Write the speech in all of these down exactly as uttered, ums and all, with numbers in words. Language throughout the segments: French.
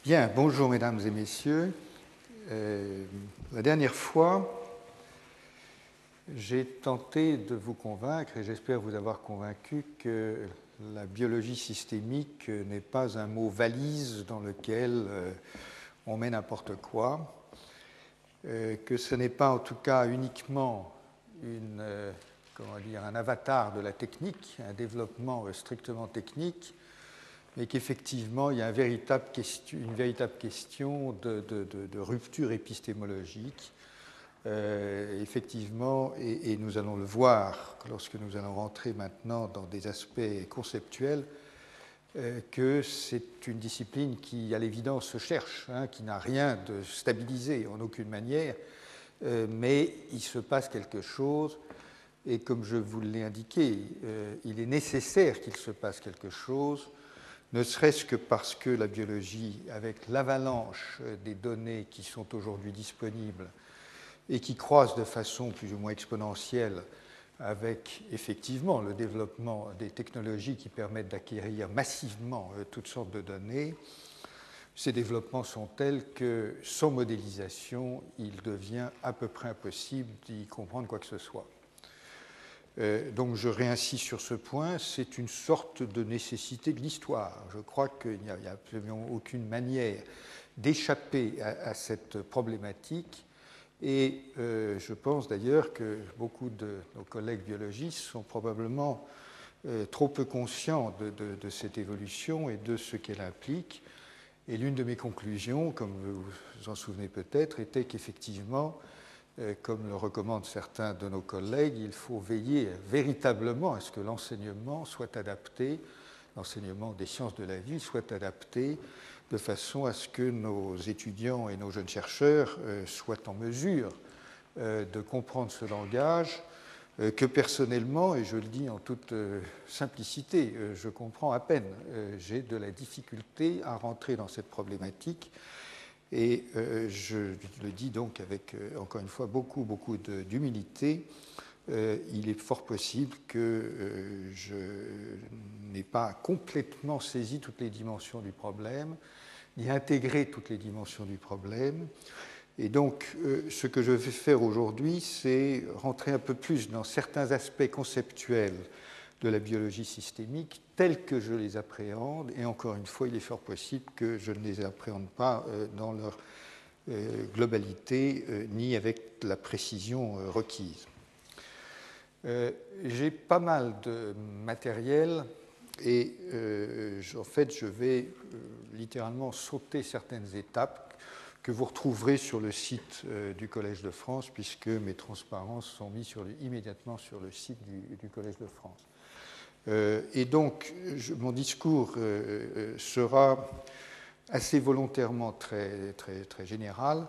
Bien, bonjour mesdames et messieurs. Euh, la dernière fois, j'ai tenté de vous convaincre, et j'espère vous avoir convaincu, que la biologie systémique n'est pas un mot valise dans lequel euh, on met n'importe quoi, euh, que ce n'est pas en tout cas uniquement une, euh, comment dire, un avatar de la technique, un développement euh, strictement technique, mais qu'effectivement, il y a un véritable question, une véritable question de, de, de, de rupture épistémologique. Euh, effectivement, et, et nous allons le voir lorsque nous allons rentrer maintenant dans des aspects conceptuels, euh, que c'est une discipline qui, à l'évidence, se cherche, hein, qui n'a rien de stabilisé en aucune manière, euh, mais il se passe quelque chose. Et comme je vous l'ai indiqué, euh, il est nécessaire qu'il se passe quelque chose, ne serait-ce que parce que la biologie, avec l'avalanche des données qui sont aujourd'hui disponibles et qui croissent de façon plus ou moins exponentielle avec effectivement le développement des technologies qui permettent d'acquérir massivement toutes sortes de données, ces développements sont tels que sans modélisation, il devient à peu près impossible d'y comprendre quoi que ce soit. Euh, donc je réinsiste sur ce point, c'est une sorte de nécessité de l'histoire. Je crois qu'il n'y a, a absolument aucune manière d'échapper à, à cette problématique, et euh, je pense d'ailleurs que beaucoup de nos collègues biologistes sont probablement euh, trop peu conscients de, de, de cette évolution et de ce qu'elle implique. Et l'une de mes conclusions, comme vous vous en souvenez peut-être, était qu'effectivement, comme le recommandent certains de nos collègues, il faut veiller véritablement à ce que l'enseignement soit adapté, l'enseignement des sciences de la vie soit adapté de façon à ce que nos étudiants et nos jeunes chercheurs soient en mesure de comprendre ce langage que personnellement, et je le dis en toute simplicité, je comprends à peine. J'ai de la difficulté à rentrer dans cette problématique. Et euh, je le dis donc avec, euh, encore une fois, beaucoup, beaucoup d'humilité. Euh, il est fort possible que euh, je n'ai pas complètement saisi toutes les dimensions du problème, ni intégré toutes les dimensions du problème. Et donc, euh, ce que je vais faire aujourd'hui, c'est rentrer un peu plus dans certains aspects conceptuels de la biologie systémique tels que je les appréhende, et encore une fois, il est fort possible que je ne les appréhende pas euh, dans leur euh, globalité, euh, ni avec la précision euh, requise. Euh, j'ai pas mal de matériel, et euh, en fait, je vais euh, littéralement sauter certaines étapes que vous retrouverez sur le site euh, du Collège de France, puisque mes transparences sont mises sur le, immédiatement sur le site du, du Collège de France. Euh, et donc, je, mon discours euh, sera assez volontairement très, très, très général,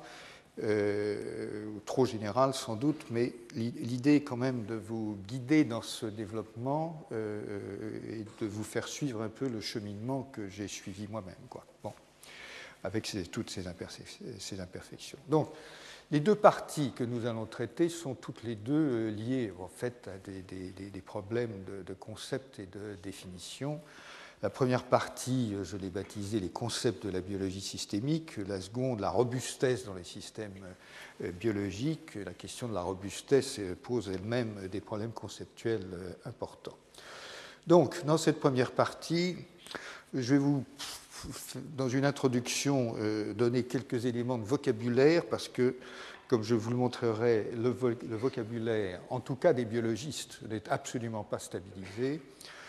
euh, ou trop général sans doute, mais l'idée est quand même de vous guider dans ce développement euh, et de vous faire suivre un peu le cheminement que j'ai suivi moi-même, quoi. Bon, avec ces, toutes ces, imperfections, ces imperfections. Donc, les deux parties que nous allons traiter sont toutes les deux liées en fait à des, des, des problèmes de, de concept et de définition. La première partie, je l'ai baptisée les concepts de la biologie systémique. La seconde, la robustesse dans les systèmes biologiques. La question de la robustesse pose elle-même des problèmes conceptuels importants. Donc, dans cette première partie, je vais vous, dans une introduction, euh, donner quelques éléments de vocabulaire parce que, comme je vous le montrerai, le, vo le vocabulaire, en tout cas des biologistes, n'est absolument pas stabilisé.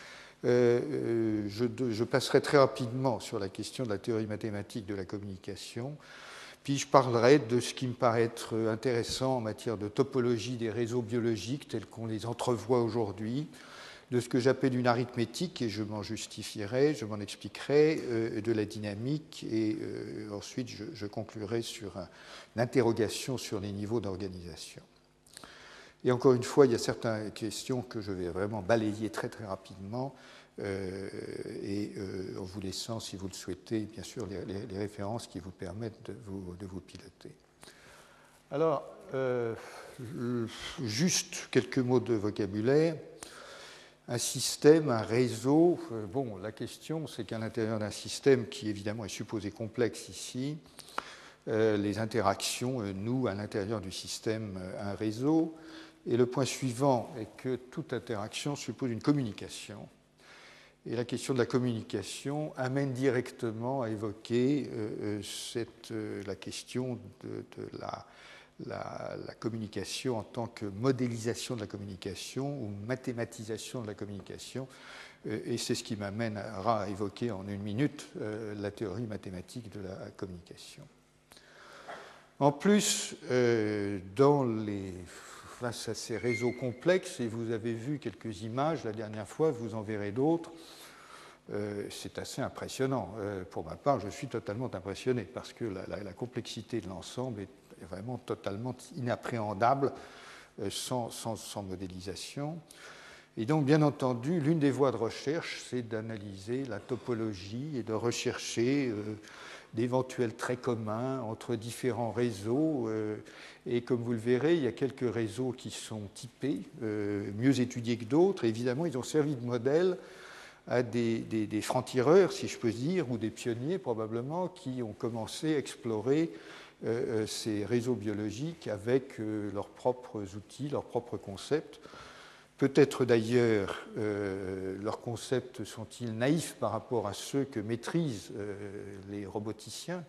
Euh, je, je passerai très rapidement sur la question de la théorie mathématique de la communication, puis je parlerai de ce qui me paraît être intéressant en matière de topologie des réseaux biologiques tels qu'on les entrevoit aujourd'hui, de ce que j'appelle une arithmétique, et je m'en justifierai, je m'en expliquerai, euh, de la dynamique, et euh, ensuite je, je conclurai sur un, une interrogation sur les niveaux d'organisation. Et encore une fois, il y a certaines questions que je vais vraiment balayer très très rapidement, euh, et euh, en vous laissant, si vous le souhaitez, bien sûr, les, les, les références qui vous permettent de vous, de vous piloter. Alors, euh, juste quelques mots de vocabulaire. un système, un réseau. Bon, la question, c'est qu'à l'intérieur d'un système qui, évidemment, est supposé complexe ici, euh, les interactions euh, nouent à l'intérieur du système euh, un réseau. Et le point suivant est que toute interaction suppose une communication. Et la question de la communication amène directement à évoquer euh, cette, euh, la question de, de la, la, la communication en tant que modélisation de la communication ou mathématisation de la communication. Euh, et c'est ce qui m'amènera à évoquer en une minute euh, la théorie mathématique de la communication. En plus, euh, dans les, face à ces réseaux complexes, et vous avez vu quelques images la dernière fois, vous en verrez d'autres, euh, c'est assez impressionnant. Euh, pour ma part, je suis totalement impressionné parce que la, la, la complexité de l'ensemble est vraiment totalement inappréhendable euh, sans, sans, sans modélisation. Et donc, bien entendu, l'une des voies de recherche, c'est d'analyser la topologie et de rechercher euh, d'éventuels traits communs entre différents réseaux. Euh, et comme vous le verrez, il y a quelques réseaux qui sont typés, euh, mieux étudiés que d'autres. Et évidemment, ils ont servi de modèle à des, des, des francs-tireurs, si je peux dire, ou des pionniers probablement, qui ont commencé à explorer euh, ces réseaux biologiques avec euh, leurs propres outils, leurs propres concepts. Peut-être d'ailleurs, euh, leurs concepts sont-ils naïfs par rapport à ceux que maîtrisent euh, les roboticiens.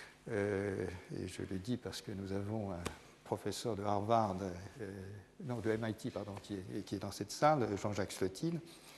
Euh, et je le dis parce que nous avons un professeur de Harvard, euh, non, de M I T, pardon, qui est, qui est dans cette salle, Jean-Jacques Slotine,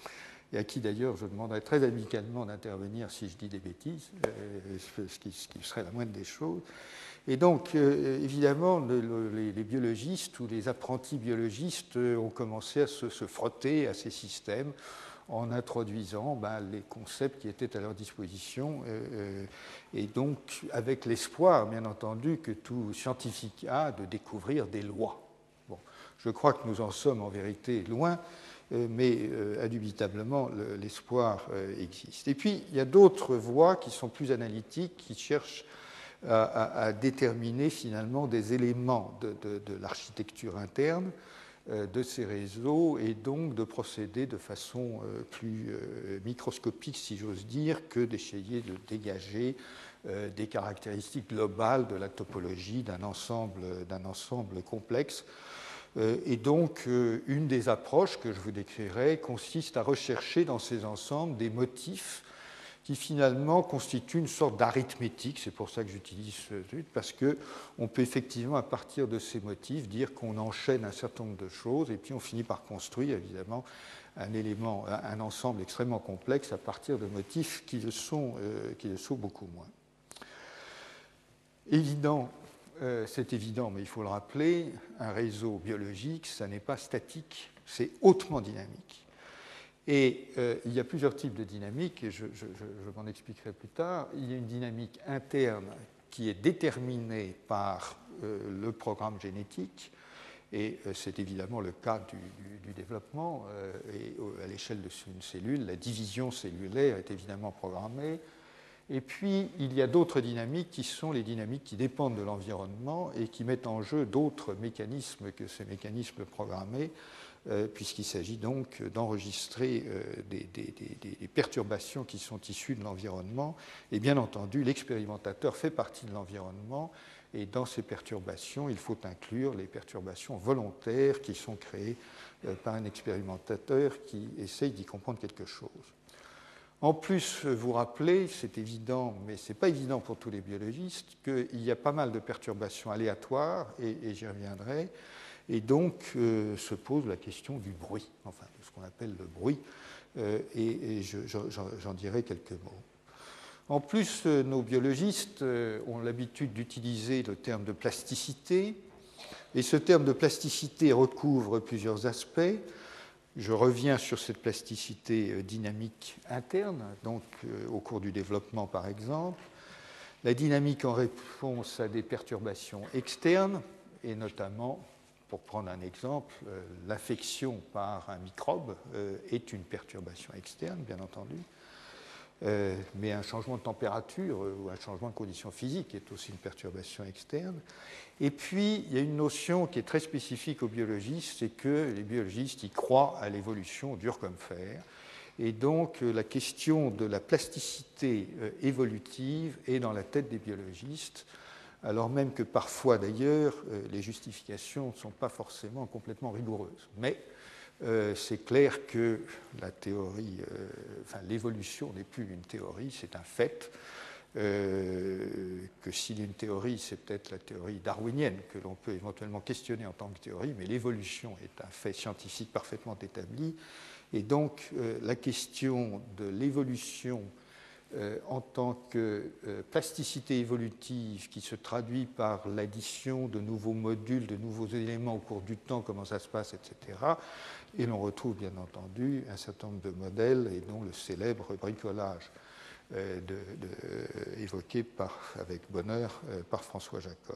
et à qui d'ailleurs je demanderai très amicalement d'intervenir si je dis des bêtises, euh, ce, qui, ce qui serait la moindre des choses. Et donc, euh, évidemment, le, le, les, les biologistes ou les apprentis biologistes ont commencé à se, se frotter à ces systèmes en introduisant ben, les concepts qui étaient à leur disposition, euh, et donc avec l'espoir, bien entendu, que tout scientifique a de découvrir des lois. Bon, je crois que nous en sommes en vérité loin, euh, mais euh, indubitablement, le, l'espoir euh, existe. Et puis, il y a d'autres voies qui sont plus analytiques, qui cherchent À, à, à déterminer finalement des éléments de, de, de l'architecture interne euh, de ces réseaux et donc de procéder de façon euh, plus euh, microscopique, si j'ose dire, que d'essayer de dégager euh, des caractéristiques globales de la topologie d'un ensemble, d'un ensemble complexe. Euh, et donc, euh, une des approches que je vous décrirai consiste à rechercher dans ces ensembles des motifs qui finalement constitue une sorte d'arithmétique. C'est pour ça que j'utilise ce truc, parce qu'on peut effectivement, à partir de ces motifs, dire qu'on enchaîne un certain nombre de choses, et puis on finit par construire, évidemment, un élément, un ensemble extrêmement complexe à partir de motifs qui le sont, euh, qui le sont beaucoup moins. Évident, euh, c'est évident, mais il faut le rappeler, un réseau biologique, ça n'est pas statique, c'est hautement dynamique. Et euh, il y a plusieurs types de dynamique, et je, je, je m'en expliquerai plus tard. Il y a une dynamique interne qui est déterminée par euh, le programme génétique, et euh, c'est évidemment le cas du, du, du développement. Euh, et à l'échelle d'une cellule, la division cellulaire est évidemment programmée. Et puis, il y a d'autres dynamiques qui sont les dynamiques qui dépendent de l'environnement et qui mettent en jeu d'autres mécanismes que ces mécanismes programmés, Euh, puisqu'il s'agit donc d'enregistrer euh, des, des, des, des perturbations qui sont issues de l'environnement. Et bien entendu, l'expérimentateur fait partie de l'environnement, et dans ces perturbations, il faut inclure les perturbations volontaires qui sont créées euh, par un expérimentateur qui essaye d'y comprendre quelque chose. En plus, vous rappelez, c'est évident, mais ce n'est pas évident pour tous les biologistes, qu'il y a pas mal de perturbations aléatoires, et, et j'y reviendrai. Et donc euh, se pose la question du bruit, enfin de ce qu'on appelle le bruit, euh, et, et je, je, j'en dirai quelques mots. En plus, euh, nos biologistes euh, ont l'habitude d'utiliser le terme de plasticité, et ce terme de plasticité recouvre plusieurs aspects. Je reviens sur cette plasticité euh, dynamique interne, donc euh, au cours du développement par exemple, la dynamique en réponse à des perturbations externes, et notamment, pour prendre un exemple, euh, l'affection par un microbe euh, est une perturbation externe, bien entendu. euh, mais un changement de température euh, ou un changement de conditions physiques est aussi une perturbation externe. Et puis, il y a une notion qui est très spécifique aux biologistes, c'est que les biologistes y croient à l'évolution dure comme fer. Et donc, la question de la plasticité évolutive est dans la tête des biologistes, alors même que parfois, d'ailleurs, les justifications ne sont pas forcément complètement rigoureuses. Mais euh, c'est clair que la théorie, euh, enfin, l'évolution n'est plus une théorie, c'est un fait. Euh, que s'il y a une théorie, c'est peut-être la théorie darwinienne que l'on peut éventuellement questionner en tant que théorie, mais l'évolution est un fait scientifique parfaitement établi. Et donc, euh, la question de l'évolution euh, en tant que euh, plasticité évolutive qui se traduit par l'addition de nouveaux modules, de nouveaux éléments au cours du temps, comment ça se passe, et cetera. Et l'on retrouve bien entendu un certain nombre de modèles, et dont le célèbre bricolage euh, de, de, euh, évoqué par, avec bonheur euh, par François Jacob.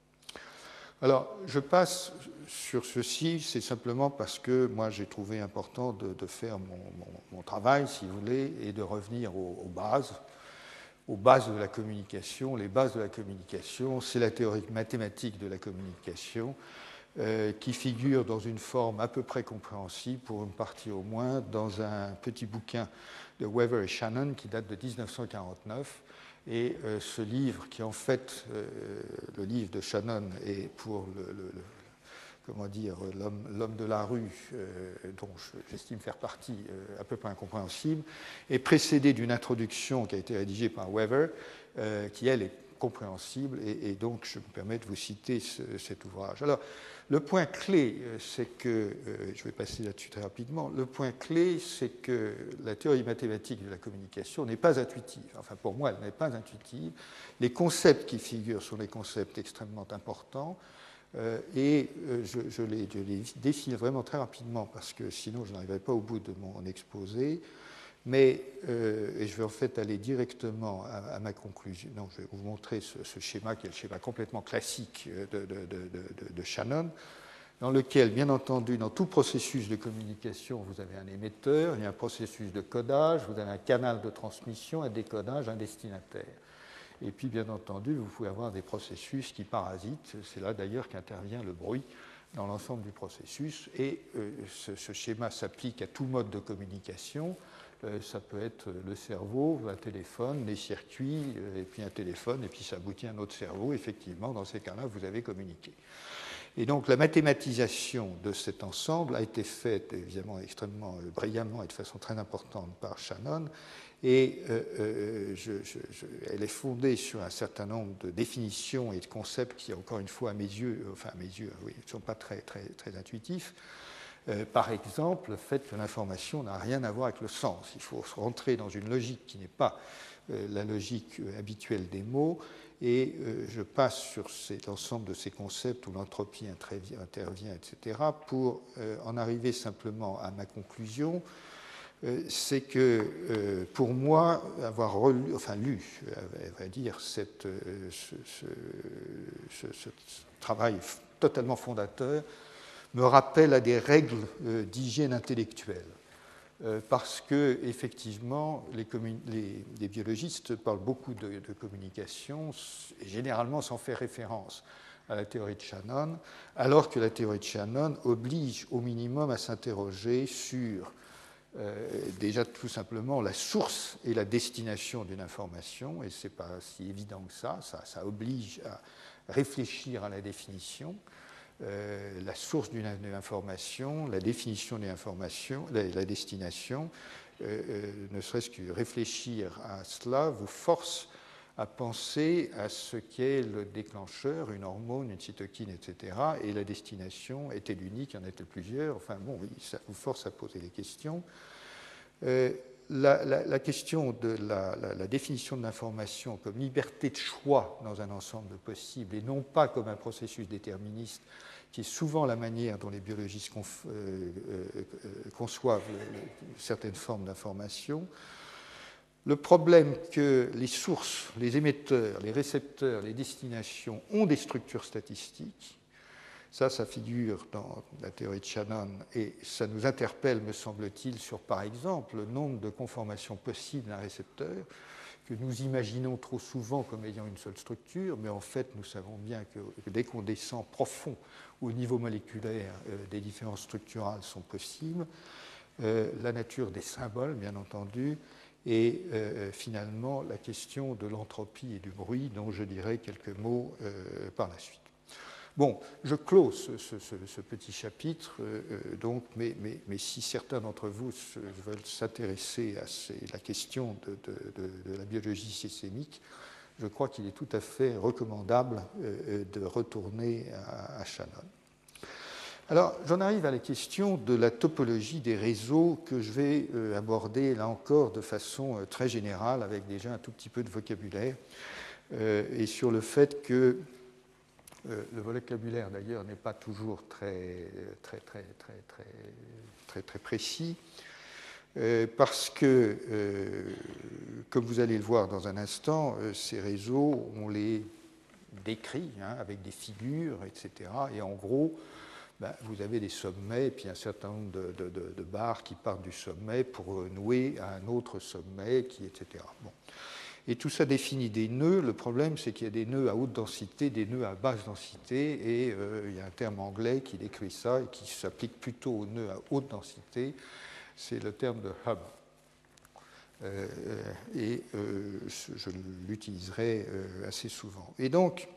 Alors, je passe sur ceci, c'est simplement parce que moi j'ai trouvé important de, de faire mon, mon, mon travail, si vous voulez, et de revenir aux, aux bases, aux bases de la communication. Les bases de la communication, c'est la théorie mathématique de la communication, euh, qui figure dans une forme à peu près compréhensible, pour une partie au moins, dans un petit bouquin de Weaver et Shannon qui date de dix-neuf cent quarante-neuf. Et euh, ce livre, qui en fait, euh, le livre de Shannon est pour le, le, le comment dire, l'homme de la rue, euh, dont j'estime faire partie, euh, à peu près incompréhensible, est précédé d'une introduction qui a été rédigée par Weaver, euh, qui elle est compréhensible, et, et donc je me permets de vous citer ce, cet ouvrage. Alors, le point clé, c'est que, euh, je vais passer là-dessus très rapidement, le point clé, c'est que la théorie mathématique de la communication n'est pas intuitive. Enfin, pour moi, elle n'est pas intuitive. Les concepts qui figurent sont des concepts extrêmement importants, euh, et euh, je, je, les, je les définis vraiment très rapidement, parce que sinon je n'arriverai pas au bout de mon exposé. Mais, euh, et je vais en fait aller directement à, à ma conclusion. Donc, je vais vous montrer ce, ce schéma, qui est le schéma complètement classique de, de, de, de, de Shannon, dans lequel, bien entendu, dans tout processus de communication, vous avez un émetteur, il y a un processus de codage, vous avez un canal de transmission, un décodage, un destinataire. Et puis, bien entendu, vous pouvez avoir des processus qui parasitent. C'est là d'ailleurs qu'intervient le bruit dans l'ensemble du processus. Et euh, ce, ce schéma s'applique à tout mode de communication. Euh, ça peut être le cerveau, un téléphone, les circuits, euh, et puis un téléphone, et puis ça aboutit à un autre cerveau. Effectivement, dans ces cas-là, vous avez communiqué. Et donc, la mathématisation de cet ensemble a été faite, évidemment, extrêmement euh, brillamment et de façon très importante par Shannon. Et euh, euh, je, je, je, elle est fondée sur un certain nombre de définitions et de concepts qui, encore une fois, à mes yeux, enfin, à mes yeux, oui, ne sont pas très, très, très intuitifs. Euh, par exemple, le fait que l'information n'a rien à voir avec le sens. Il faut rentrer dans une logique qui n'est pas euh, la logique euh, habituelle des mots. Et euh, je passe sur l'ensemble de ces concepts où l'entropie intervient, et cetera, pour euh, en arriver simplement à ma conclusion. Euh, c'est que, euh, pour moi, avoir relu, enfin lu, à vrai dire, cette, euh, ce, ce, ce, ce travail totalement fondateur, me rappelle à des règles euh, d'hygiène intellectuelle. Euh, parce que, effectivement, les, les, les biologistes parlent beaucoup de, de communication, et généralement sans faire référence à la théorie de Shannon, alors que la théorie de Shannon oblige au minimum à s'interroger sur, euh, déjà tout simplement, la source et la destination d'une information, et ce n'est pas si évident que ça, ça, ça oblige à réfléchir à la définition. Euh, la source d'une information, la définition d'une information, la, la destination, euh, euh, ne serait-ce que réfléchir à cela vous force à penser à ce qu'est le déclencheur, une hormone, une cytokine, et cetera. Et la destination est-elle unique, il y en a-t-il plusieurs? Enfin bon, oui, ça vous force à poser des questions. Euh, La, la, la question de la, la, la définition de l'information comme liberté de choix dans un ensemble possible et non pas comme un processus déterministe, qui est souvent la manière dont les biologistes conf, euh, euh, conçoivent le, le, certaines formes d'information. Le problème que les sources, les émetteurs, les récepteurs, les destinations ont des structures statistiques, Ça, ça figure dans la théorie de Shannon et ça nous interpelle, me semble-t-il, sur, par exemple, le nombre de conformations possibles d'un récepteur que nous imaginons trop souvent comme ayant une seule structure, mais en fait, nous savons bien que, que dès qu'on descend profond au niveau moléculaire, euh, des différences structurales sont possibles. Euh, la nature des symboles, bien entendu, et euh, finalement la question de l'entropie et du bruit, dont je dirai quelques mots euh, par la suite. Bon, je close ce, ce, ce petit chapitre, euh, donc, mais, mais, mais si certains d'entre vous se, veulent s'intéresser à ces, la question de, de, de, de la biologie systémique, je crois qu'il est tout à fait recommandable euh, de retourner à, à Shannon. Alors, j'en arrive à la question de la topologie des réseaux que je vais euh, aborder, là encore, de façon euh, très générale, avec déjà un tout petit peu de vocabulaire, euh, et sur le fait que Euh, le vocabulaire, d'ailleurs, n'est pas toujours très, très, très, très, très, très, très précis, euh, parce que, euh, comme vous allez le voir dans un instant, euh, ces réseaux, on les décrit hein, avec des figures, et cetera. Et en gros, ben, vous avez des sommets, et puis un certain nombre de, de, de, de barres qui partent du sommet pour nouer à un autre sommet, qui, et cetera. Bon. Et tout ça définit des nœuds. Le problème, c'est qu'il y a des nœuds à haute densité, des nœuds à basse densité, et euh, il y a un terme anglais qui décrit ça et qui s'applique plutôt aux nœuds à haute densité. C'est le terme de hub. Euh, et euh, je l'utiliserai euh, assez souvent. Et donc,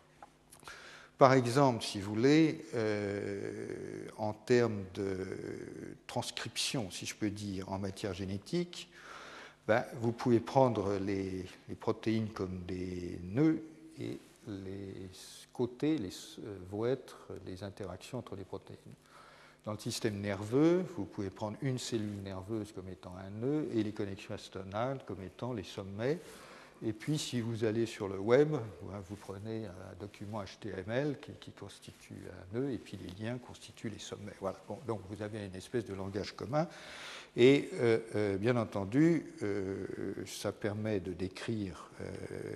par exemple, si vous voulez, euh, en termes de transcription, si je peux dire, en matière génétique, ben, vous pouvez prendre les, les protéines comme des nœuds et les côtés les, euh, vont être les interactions entre les protéines. Dans le système nerveux, vous pouvez prendre une cellule nerveuse comme étant un nœud et les connexions astonales comme étant les sommets. Et puis, si vous allez sur le web, vous prenez un document H T M L qui, qui constitue un nœud et puis les liens constituent les sommets. Voilà. Bon, donc, vous avez une espèce de langage commun. Et euh, euh, bien entendu, euh, ça permet de décrire euh,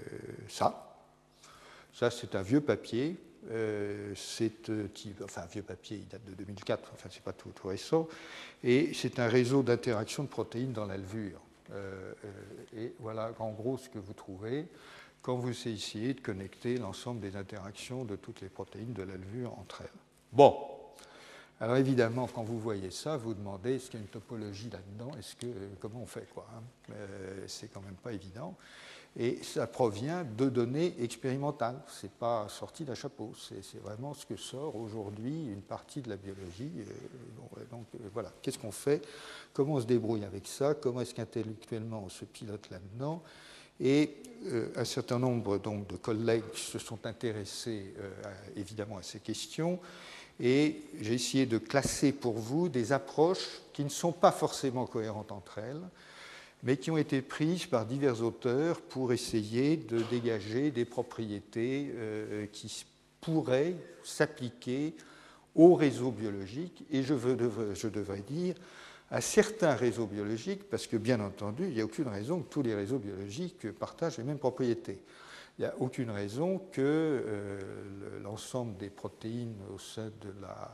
ça. Ça, c'est un vieux papier. Euh, c'est, euh, enfin, un vieux papier, il date de deux mille quatre, enfin, c'est pas tout, tout récent. Et c'est un réseau d'interaction de protéines dans la levure. Euh, euh, et voilà, en gros, ce que vous trouvez quand vous essayez de connecter l'ensemble des interactions de toutes les protéines de la levure entre elles. Bon. Alors évidemment, quand vous voyez ça, vous vous demandez est-ce qu'il y a une topologie là-dedans, est-ce que, comment on fait quoi hein euh, c'est quand même pas évident. Et ça provient de données expérimentales. Ce n'est pas sorti d'un chapeau. C'est, c'est vraiment ce que sort aujourd'hui une partie de la biologie. Euh, bon, donc euh, voilà, qu'est-ce qu'on fait? Comment on se débrouille avec ça? Comment est-ce qu'intellectuellement on se pilote là-dedans? Et euh, un certain nombre donc, de collègues se sont intéressés euh, à, évidemment à ces questions. Et j'ai essayé de classer pour vous des approches qui ne sont pas forcément cohérentes entre elles, mais qui ont été prises par divers auteurs pour essayer de dégager des propriétés euh, qui pourraient s'appliquer aux réseaux biologiques, et je, veux, je devrais dire à certains réseaux biologiques, parce que bien entendu, il n'y a aucune raison que tous les réseaux biologiques partagent les mêmes propriétés. Il n'y a aucune raison que euh, l'ensemble des protéines au sein de la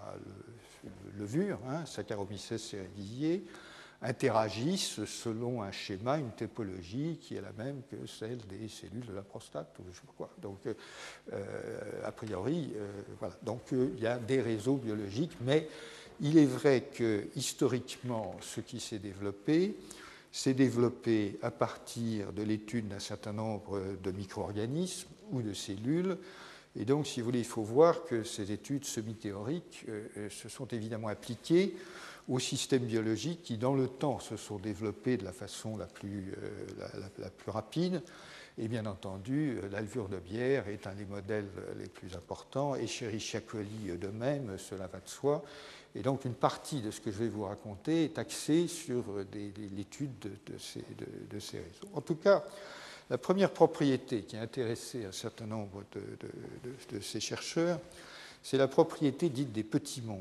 levure, hein, Saccharomyces cerevisiae, interagissent selon un schéma, une topologie qui est la même que celle des cellules de la prostate ou je sais pas quoi. Donc, euh, a priori, euh, voilà. Donc, euh, il y a des réseaux biologiques, mais il est vrai que historiquement, ce qui s'est développé, s'est développé à partir de l'étude d'un certain nombre de micro-organismes ou de cellules. Et donc, si vous voulez, il faut voir que ces études semi-théoriques euh, se sont évidemment appliquées aux systèmes biologiques qui, dans le temps, se sont développés de la façon la plus, euh, la, la, la plus rapide. Et bien entendu, la levure de bière est un des modèles les plus importants, et Escherichia coli de même, cela va de soi. Et donc, une partie de ce que je vais vous raconter est axée sur des, des, l'étude de, de, ces, de, de ces réseaux. En tout cas, la première propriété qui a intéressé un certain nombre de, de, de, de ces chercheurs, c'est la propriété dite des petits mondes.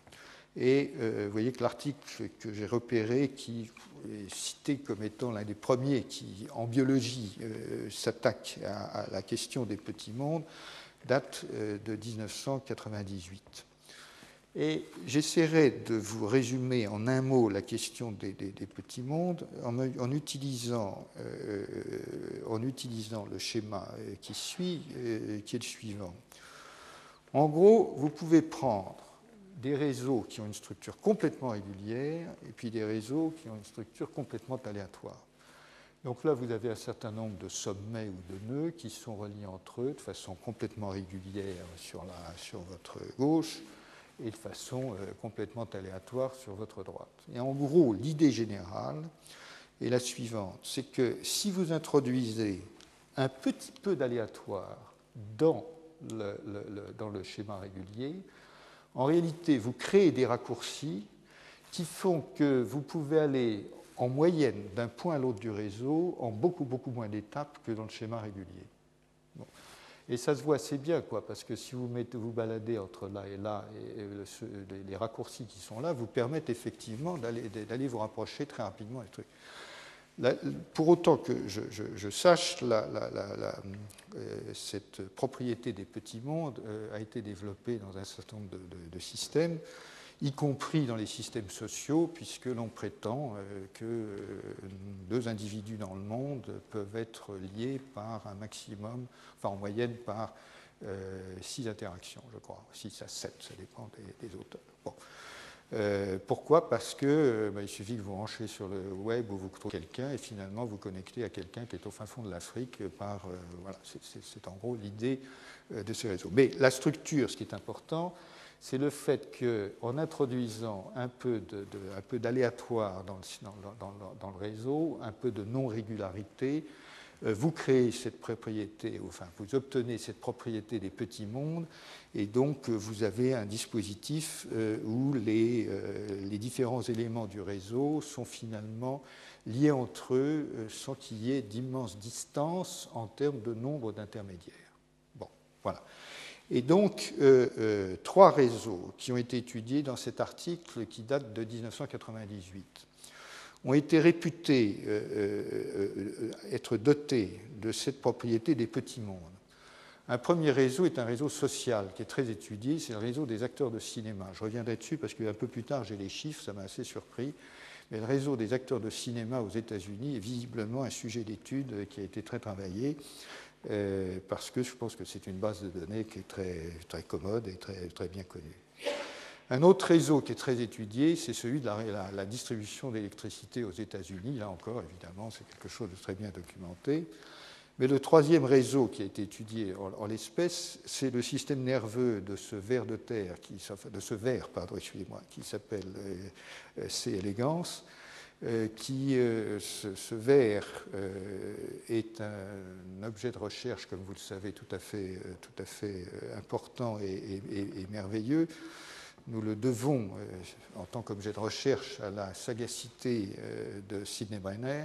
Et euh, vous voyez que l'article que j'ai repéré, qui est cité comme étant l'un des premiers qui, en biologie, euh, s'attaque à, à la question des petits mondes, date de mille neuf cent quatre-vingt-dix-huit. Et j'essaierai de vous résumer en un mot la question des, des, des petits mondes en, en, utilisant, euh, en utilisant le schéma qui suit, euh, qui est le suivant. En gros, vous pouvez prendre des réseaux qui ont une structure complètement régulière et puis des réseaux qui ont une structure complètement aléatoire. Donc là, vous avez un certain nombre de sommets ou de nœuds qui sont reliés entre eux de façon complètement régulière sur, la, sur votre gauche et de façon euh, complètement aléatoire sur votre droite. Et en gros, l'idée générale est la suivante, c'est que si vous introduisez un petit peu d'aléatoire dans le, le, le, dans le schéma régulier, en réalité, vous créez des raccourcis qui font que vous pouvez aller en moyenne d'un point à l'autre du réseau en beaucoup, beaucoup moins d'étapes que dans le schéma régulier. Bon. Et ça se voit assez bien, quoi, parce que si vous mettez, vous baladez entre là et là, et, et le, les raccourcis qui sont là vous permettent effectivement d'aller, d'aller vous rapprocher très rapidement des trucs. Là, pour autant que je, je, je sache, la, la, la, la, euh, cette propriété des petits mondes euh, a été développée dans un certain nombre de, de, de systèmes, y compris dans les systèmes sociaux, puisque l'on prétend euh, que euh, deux individus dans le monde peuvent être liés par un maximum, enfin en moyenne par euh, six interactions, je crois, six à sept, ça dépend des, des auteurs. Bon. Euh, pourquoi? Parce que euh, bah, il suffit que vous branchez sur le web ou vous trouvez quelqu'un et finalement vous connectez à quelqu'un qui est au fin fond de l'Afrique par... Euh, voilà, c'est, c'est, c'est en gros l'idée euh, de ces réseaux. Mais la structure, ce qui est important, c'est le fait qu'en introduisant un peu, de, de, un peu d'aléatoire dans le, dans, dans, dans le réseau, un peu de non-régularité, euh, vous créez cette propriété, enfin vous obtenez cette propriété des petits mondes, et donc vous avez un dispositif euh, où les, euh, les différents éléments du réseau sont finalement liés entre eux euh, sans qu'il y ait d'immenses distances en termes de nombre d'intermédiaires. Bon, voilà. Et donc, euh, euh, trois réseaux qui ont été étudiés dans cet article qui date de mille neuf cent quatre-vingt-dix-huit ont été réputés euh, euh, être dotés de cette propriété des petits mondes. Un premier réseau est un réseau social qui est très étudié, c'est le réseau des acteurs de cinéma. Je reviendrai dessus parce qu'un peu plus tard, j'ai les chiffres, ça m'a assez surpris. Mais le réseau des acteurs de cinéma aux États-Unis est visiblement un sujet d'étude qui a été très travaillé. Euh, parce que je pense que c'est une base de données qui est très, très commode et très, très bien connue. Un autre réseau qui est très étudié, c'est celui de la, la, la distribution d'électricité aux États-Unis. Là encore, évidemment, c'est quelque chose de très bien documenté. Mais le troisième réseau qui a été étudié en, en l'espèce, c'est le système nerveux de ce ver de terre, qui, de ce ver, pardon, excusez-moi, qui s'appelle euh, C. elegans. Euh, qui, euh, ce, ce ver euh, est un objet de recherche, comme vous le savez, tout à fait, euh, tout à fait euh, important et, et, et merveilleux. Nous le devons, euh, en tant qu'objet de recherche, à la sagacité euh, de Sidney Brenner,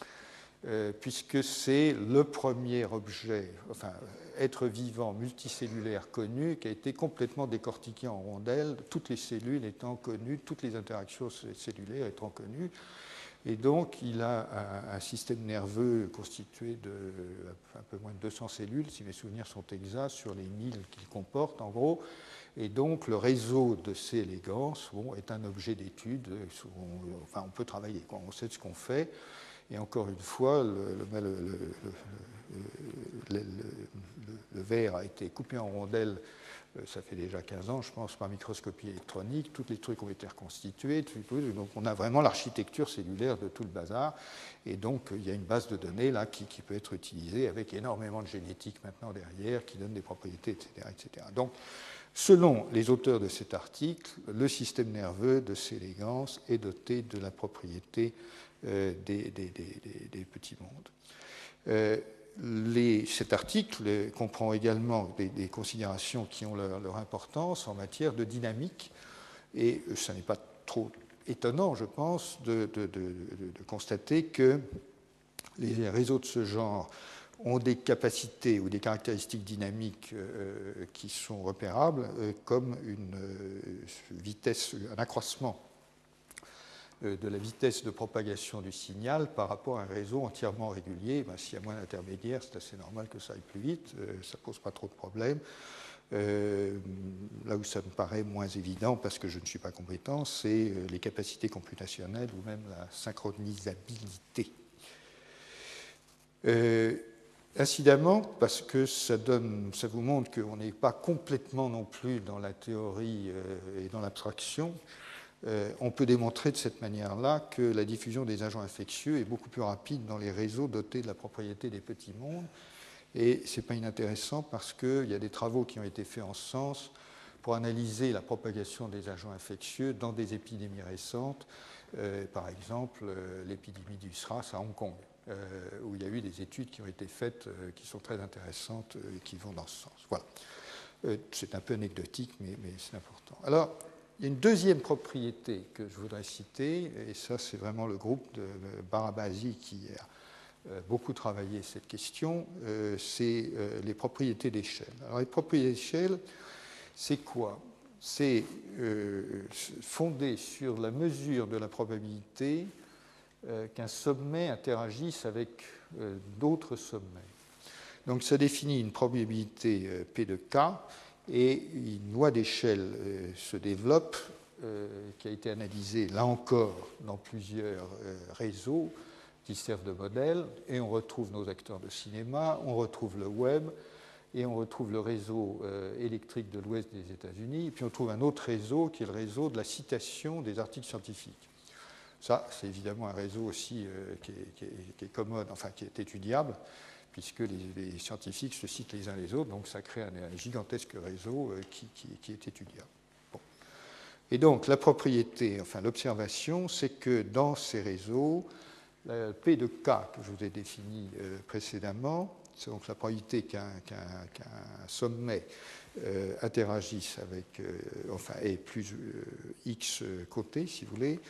euh, puisque c'est le premier objet, enfin, être vivant multicellulaire connu qui a été complètement décortiqué en rondelles, toutes les cellules étant connues, toutes les interactions cellulaires étant connues. Et donc, il a un, un système nerveux constitué de un peu moins de deux cents cellules, si mes souvenirs sont exacts, sur les mille qu'il comporte, en gros. Et donc, le réseau de C. elegans bon, est un objet d'étude. Enfin, on peut travailler, quoi. On sait ce qu'on fait. Et encore une fois, le, le, le, le, le verre a été coupé en rondelles. Ça fait déjà quinze ans, je pense, par microscopie électronique. Tous les trucs ont été reconstitués. Donc, on a vraiment l'architecture cellulaire de tout le bazar. Et donc, il y a une base de données là qui, qui peut être utilisée avec énormément de génétique maintenant derrière, qui donne des propriétés, et cetera, et cetera. Donc, selon les auteurs de cet article, le système nerveux de C. elegans est doté de la propriété euh, des, des, des, des petits mondes. Euh, Les, cet article comprend également des, des considérations qui ont leur, leur importance en matière de dynamique, et ce n'est pas trop étonnant, je pense, de, de, de, de constater que les réseaux de ce genre ont des capacités ou des caractéristiques dynamiques euh, qui sont repérables, euh, comme une euh, vitesse, un accroissement euh, de la vitesse de propagation du signal par rapport à un réseau entièrement régulier. Ben, s'il y a moins d'intermédiaires, c'est assez normal que ça aille plus vite, euh, ça ne pose pas trop de problèmes. Euh, là où ça me paraît moins évident, parce que je ne suis pas compétent, c'est les capacités computationnelles ou même la synchronisabilité. Euh, incidemment, parce que ça, donne, ça vous montre qu'on n'est pas complètement non plus dans la théorie euh, et dans l'abstraction, euh, on peut démontrer de cette manière-là que la diffusion des agents infectieux est beaucoup plus rapide dans les réseaux dotés de la propriété des petits mondes. Et ce n'est pas inintéressant parce qu'il y a des travaux qui ont été faits en ce sens pour analyser la propagation des agents infectieux dans des épidémies récentes, euh, par exemple euh, l'épidémie du SRAS à Hong Kong, euh, où il y a eu des études qui ont été faites euh, qui sont très intéressantes et qui vont dans ce sens. Voilà. Euh, c'est un peu anecdotique, mais, mais c'est important. Alors, il y a une deuxième propriété que je voudrais citer, et ça c'est vraiment le groupe de Barabasi qui a beaucoup travaillé cette question, euh, c'est euh, les propriétés d'échelle. Alors les propriétés d'échelle, c'est quoi? C'est euh, fondé sur la mesure de la probabilité euh, qu'un sommet interagisse avec euh, d'autres sommets. Donc ça définit une probabilité euh, P de K, et une loi d'échelle euh, se développe, euh, qui a été analysée là encore dans plusieurs euh, réseaux qui servent de modèle, et on retrouve nos acteurs de cinéma, on retrouve le web, et on retrouve le réseau euh, électrique de l'ouest des États-Unis, et puis on trouve un autre réseau qui est le réseau de la citation des articles scientifiques. Ça, c'est évidemment un réseau aussi euh, qui, est, qui, est, qui est commode, enfin qui est étudiable, puisque les, les scientifiques se citent les uns les autres, donc ça crée un, un gigantesque réseau euh, qui, qui, qui est étudiable. Bon. Et donc la propriété, enfin l'observation, c'est que dans ces réseaux, la P de K que je vous ai défini euh, précédemment, c'est donc la probabilité qu'un qu'un, qu'un sommet euh, interagisse avec, euh, enfin, ait plus euh, X côtés, si vous voulez,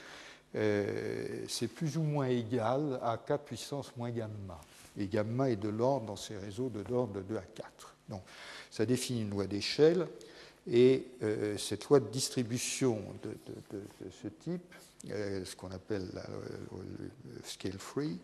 euh, c'est plus ou moins égal à K puissance moins gamma. Et gamma est de l'ordre, dans ces réseaux, de l'ordre de deux à quatre. Donc, ça définit une loi d'échelle, et euh, cette loi de distribution de, de, de, de ce type, euh, ce qu'on appelle la, le, le scale free,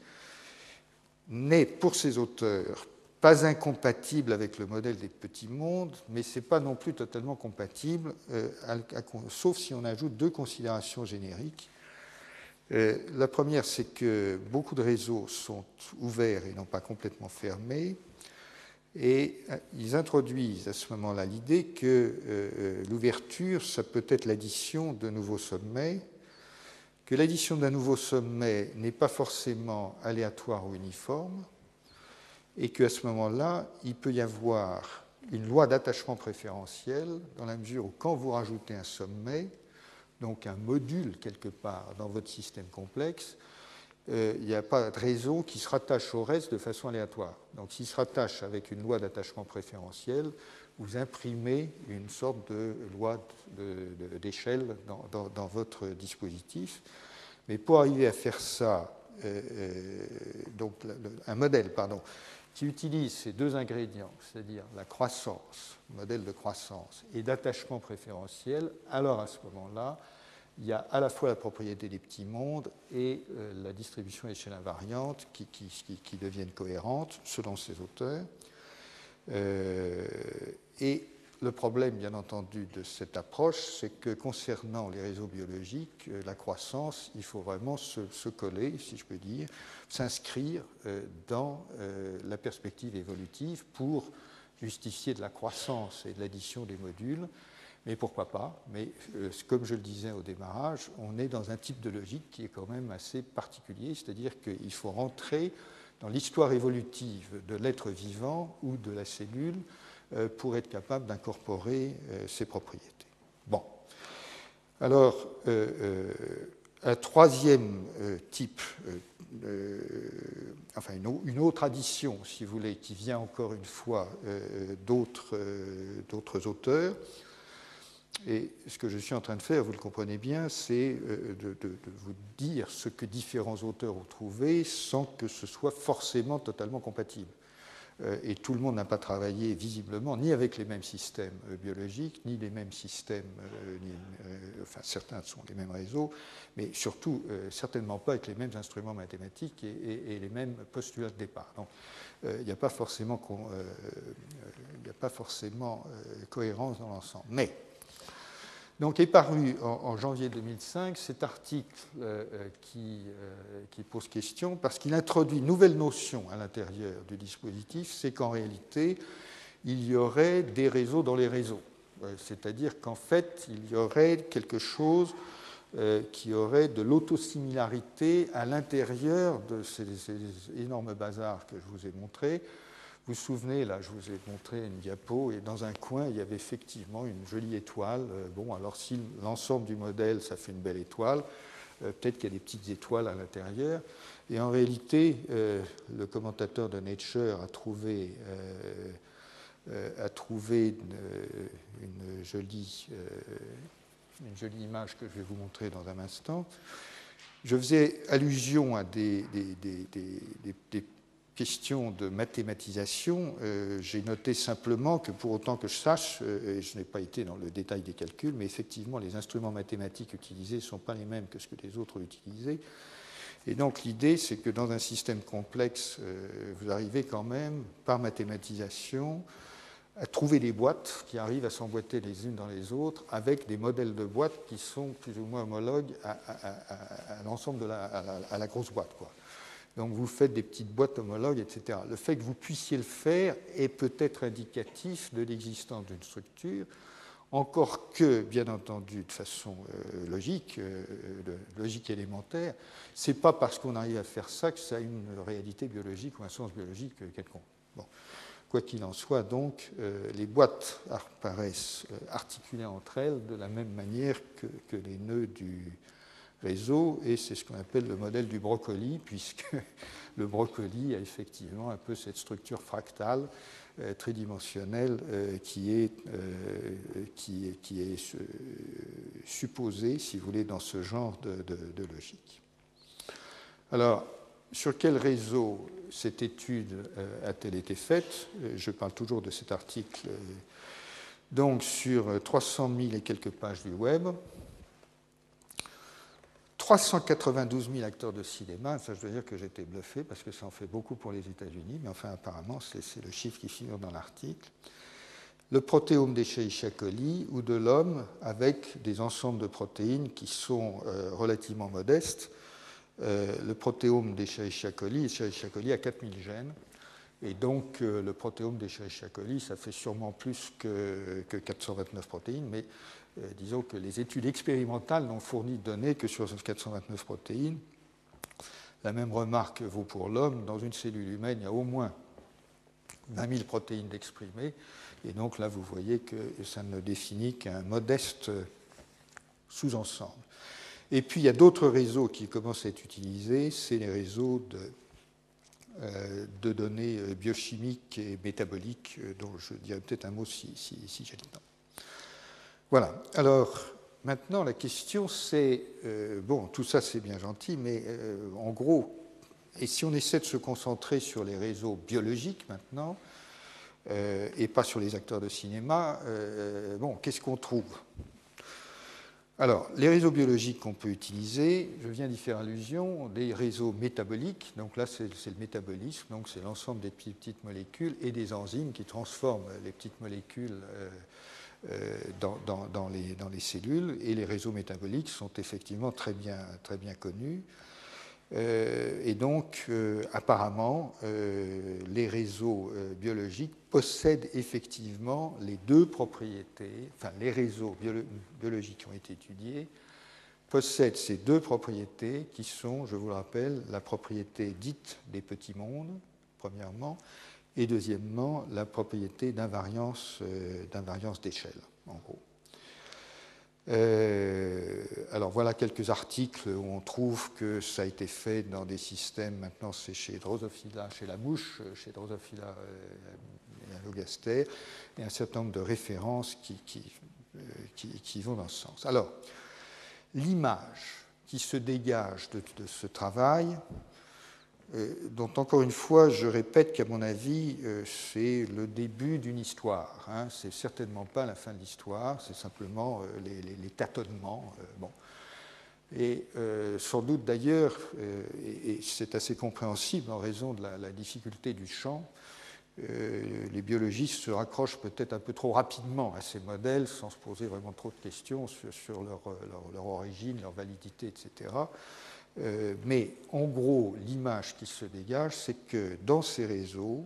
n'est pour ces auteurs pas incompatible avec le modèle des petits mondes, mais ce n'est pas non plus totalement compatible, euh, à, à, sauf si on ajoute deux considérations génériques. Euh, la première, c'est que beaucoup de réseaux sont ouverts et non pas complètement fermés, et ils introduisent à ce moment-là l'idée que euh, l'ouverture, ça peut être l'addition de nouveaux sommets, que l'addition d'un nouveau sommet n'est pas forcément aléatoire ou uniforme, et qu'à ce moment-là, il peut y avoir une loi d'attachement préférentiel dans la mesure où quand vous rajoutez un sommet, donc un module quelque part dans votre système complexe, euh, il n'y a pas de réseau qui se rattache au reste de façon aléatoire. Donc s'il se rattache avec une loi d'attachement préférentiel, vous imprimez une sorte de loi de, de, d'échelle dans, dans, dans votre dispositif. Mais pour arriver à faire ça, euh, euh, donc le, un modèle, pardon, qui utilise ces deux ingrédients, c'est-à-dire la croissance, modèle de croissance, et d'attachement préférentiel, alors à ce moment-là, il y a à la fois la propriété des petits mondes et euh, la distribution à échelle invariante qui, qui, qui, qui deviennent cohérentes selon ces auteurs. Euh, et le problème, bien entendu, de cette approche, c'est que concernant les réseaux biologiques, euh, la croissance, il faut vraiment se, se coller, si je peux dire, s'inscrire euh, dans euh, la perspective évolutive pour justifier de la croissance et de l'addition des modules. Mais pourquoi pas? Mais euh, comme je le disais au démarrage, on est dans un type de logique qui est quand même assez particulier, c'est-à-dire qu'il faut rentrer dans l'histoire évolutive de l'être vivant ou de la cellule euh, pour être capable d'incorporer euh, ces propriétés. Bon. Alors, euh, euh, un troisième euh, type, euh, euh, enfin une, une autre addition, si vous voulez, qui vient encore une fois euh, d'autres, euh, d'autres auteurs. Et ce que je suis en train de faire, vous le comprenez bien, c'est de, de, de vous dire ce que différents auteurs ont trouvé sans que ce soit forcément totalement compatible. et tout le monde n'a pas travaillé visiblement ni avec les mêmes systèmes biologiques, ni les mêmes systèmes, ni, enfin certains sont les mêmes réseaux, mais surtout certainement pas avec les mêmes instruments mathématiques et, et, et les mêmes postulats de départ. Donc il n'y a pas forcément, il n'y a pas forcément cohérence dans l'ensemble. Mais donc est paru en, en janvier deux mille cinq cet article euh, qui, euh, qui pose question parce qu'il introduit une nouvelle notion à l'intérieur du dispositif, c'est qu'en réalité, il y aurait des réseaux dans les réseaux. Euh, c'est-à-dire qu'en fait, il y aurait quelque chose euh, qui aurait de l'autosimilarité à l'intérieur de ces, ces énormes bazars que je vous ai montrés. Vous vous souvenez, là, je vous ai montré une diapo, et dans un coin, il y avait effectivement une jolie étoile. Bon, alors si l'ensemble du modèle, ça fait une belle étoile, euh, peut-être qu'il y a des petites étoiles à l'intérieur. Et en réalité, euh, le commentateur de Nature a trouvé, euh, euh, a trouvé une, une, jolie, euh, une jolie image que je vais vous montrer dans un instant. Je faisais allusion à des, des, des, des, des, des question de mathématisation, euh, j'ai noté simplement que pour autant que je sache, euh, et je n'ai pas été dans le détail des calculs, mais effectivement les instruments mathématiques utilisés ne sont pas les mêmes que ce que les autres ont utilisé. Et donc l'idée, c'est que dans un système complexe, euh, vous arrivez quand même, par mathématisation, à trouver des boîtes qui arrivent à s'emboîter les unes dans les autres avec des modèles de boîtes qui sont plus ou moins homologues à, à, à, à l'ensemble de la, à la, à la grosse boîte, quoi. Donc vous faites des petites boîtes homologues, et cetera. Le fait que vous puissiez le faire est peut-être indicatif de l'existence d'une structure, encore que, bien entendu, de façon euh, logique, euh, de logique élémentaire, ce n'est pas parce qu'on arrive à faire ça que ça a une réalité biologique ou un sens biologique quelconque. Bon. Quoi qu'il en soit, donc, euh, les boîtes apparaissent euh, articulées entre elles de la même manière que, que les nœuds du réseau, et c'est ce qu'on appelle le modèle du brocoli, puisque le brocoli a effectivement un peu cette structure fractale euh, tridimensionnelle euh, qui est, euh, qui est, qui est euh, supposée, si vous voulez, dans ce genre de, de, de logique. Alors, sur quel réseau cette étude euh, a-t-elle été faite? Je parle toujours de cet article, euh, donc sur trois cent mille et quelques pages du web. trois cent quatre-vingt-douze mille acteurs de cinéma, ça je dois dire que j'étais bluffé parce que ça en fait beaucoup pour les États-Unis, mais enfin apparemment c'est le chiffre qui figure dans l'article. Le protéome d'Escherichia coli ou de l'homme avec des ensembles de protéines qui sont euh, relativement modestes. Euh, le protéome d'Escherichia coli, Escherichia coli a quatre mille gènes, et donc euh, le protéome d'Escherichia coli, ça fait sûrement plus que, que quatre cent vingt-neuf protéines, mais Euh, disons que les études expérimentales n'ont fourni de données que sur quatre cent vingt-neuf protéines. La même remarque vaut pour l'homme. Dans une cellule humaine, il y a au moins vingt mille protéines d'exprimées. Et donc là, vous voyez que ça ne définit qu'un modeste sous-ensemble. Et puis, il y a d'autres réseaux qui commencent à être utilisés. C'est les réseaux de, euh, de données biochimiques et métaboliques, dont je dirais peut-être un mot si, si, si j'ai le temps. Voilà. Alors, maintenant, la question, c'est, euh, bon, tout ça, c'est bien gentil, mais euh, en gros, et si on essaie de se concentrer sur les réseaux biologiques maintenant, euh, et pas sur les acteurs de cinéma, euh, bon, qu'est-ce qu'on trouve? Alors, les réseaux biologiques qu'on peut utiliser, je viens d'y faire allusion, des réseaux métaboliques, donc là, c'est le métabolisme, donc c'est l'ensemble des petites molécules et des enzymes qui transforment les petites molécules euh, Dans, dans, dans, les, dans les cellules, et les réseaux métaboliques sont effectivement très bien, très bien connus. Euh, et donc, euh, apparemment, euh, les réseaux euh, biologiques possèdent effectivement les deux propriétés, enfin, les réseaux biolo biologiques qui ont été étudiés possèdent ces deux propriétés qui sont, je vous le rappelle, la propriété dite des petits mondes, premièrement, et deuxièmement, la propriété d'invariance euh, d'invariance d'échelle, en gros. Euh, alors voilà quelques articles où on trouve que ça a été fait dans des systèmes, maintenant c'est chez Drosophila, chez la mouche, chez Drosophila euh, Logaster, et un certain nombre de références qui, qui, euh, qui, qui vont dans ce sens. Alors, l'image qui se dégage de, de ce travail, euh, dont encore une fois, je répète qu'à mon avis, euh, c'est le début d'une histoire. Hein. Ce n'est certainement pas la fin de l'histoire, c'est simplement euh, les, les, les tâtonnements. Euh, bon. Et euh, sans doute d'ailleurs, euh, et, et c'est assez compréhensible en raison de la, la difficulté du champ, euh, les biologistes se raccrochent peut-être un peu trop rapidement à ces modèles sans se poser vraiment trop de questions sur, sur leur, leur, leur origine, leur validité, et cetera. Euh, mais en gros, l'image qui se dégage, c'est que dans ces réseaux,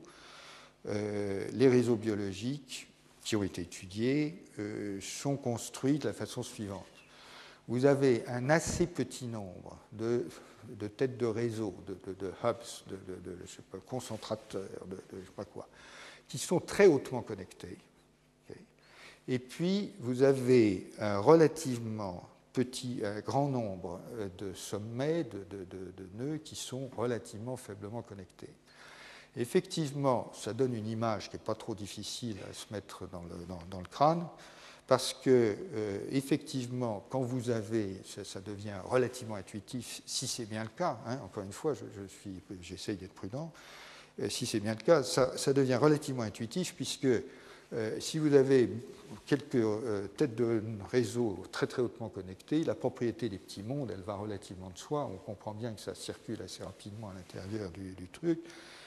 euh, les réseaux biologiques qui ont été étudiés euh, sont construits de la façon suivante. Vous avez un assez petit nombre de, de têtes de réseau, de, de, de hubs, de, de, de je sais pas, concentrateurs, de, de je ne sais pas quoi, qui sont très hautement connectés. Okay. Et puis, vous avez un relativement petit, un grand nombre de sommets, de, de, de, de nœuds qui sont relativement faiblement connectés. Effectivement, ça donne une image qui n'est pas trop difficile à se mettre dans le, dans, dans le crâne, parce que, euh, effectivement, quand vous avez, ça, ça devient relativement intuitif, si c'est bien le cas, hein, encore une fois, je, je suis, j'essaye d'être prudent, euh, si c'est bien le cas, ça, ça devient relativement intuitif, puisque euh, si vous avez quelques euh, têtes de réseau très très hautement connectées, la propriété des petits mondes, elle va relativement de soi, on comprend bien que ça circule assez rapidement à l'intérieur du, du truc.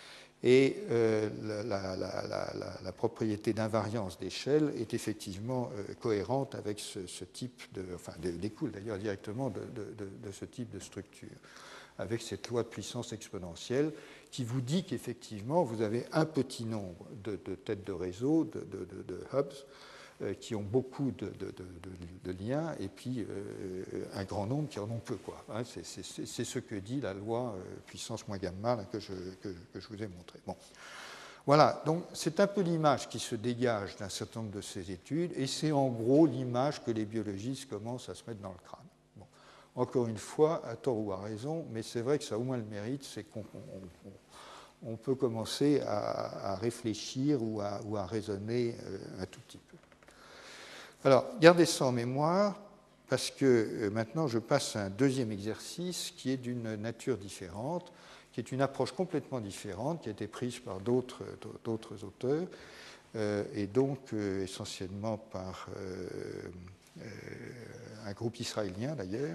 Et euh, la, la, la, la, la propriété d'invariance d'échelle est effectivement euh, cohérente avec ce, ce type de, enfin découle d'ailleurs directement de, de, de, de ce type de structure, avec cette loi de puissance exponentielle qui vous dit qu'effectivement vous avez un petit nombre de, de têtes de réseau, de, de, de, de hubs, euh, qui ont beaucoup de, de, de, de liens, et puis euh, un grand nombre qui en ont peu, quoi. Hein, c'est, c'est, c'est ce que dit la loi euh, puissance moins gamma là, que, je, que, que je vous ai montré. Bon. Voilà, donc c'est un peu l'image qui se dégage d'un certain nombre de ces études, et c'est en gros l'image que les biologistes commencent à se mettre dans le crâne. Bon. Encore une fois, à tort ou à raison, mais c'est vrai que ça a au moins le mérite, c'est qu'on on, on, on peut commencer à, à réfléchir ou à, ou à raisonner euh, un tout petit peu. Alors, gardez ça en mémoire, parce que euh, maintenant je passe à un deuxième exercice qui est d'une nature différente, qui est une approche complètement différente, qui a été prise par d'autres, d'autres auteurs, euh, et donc euh, essentiellement par euh, euh, un groupe israélien d'ailleurs,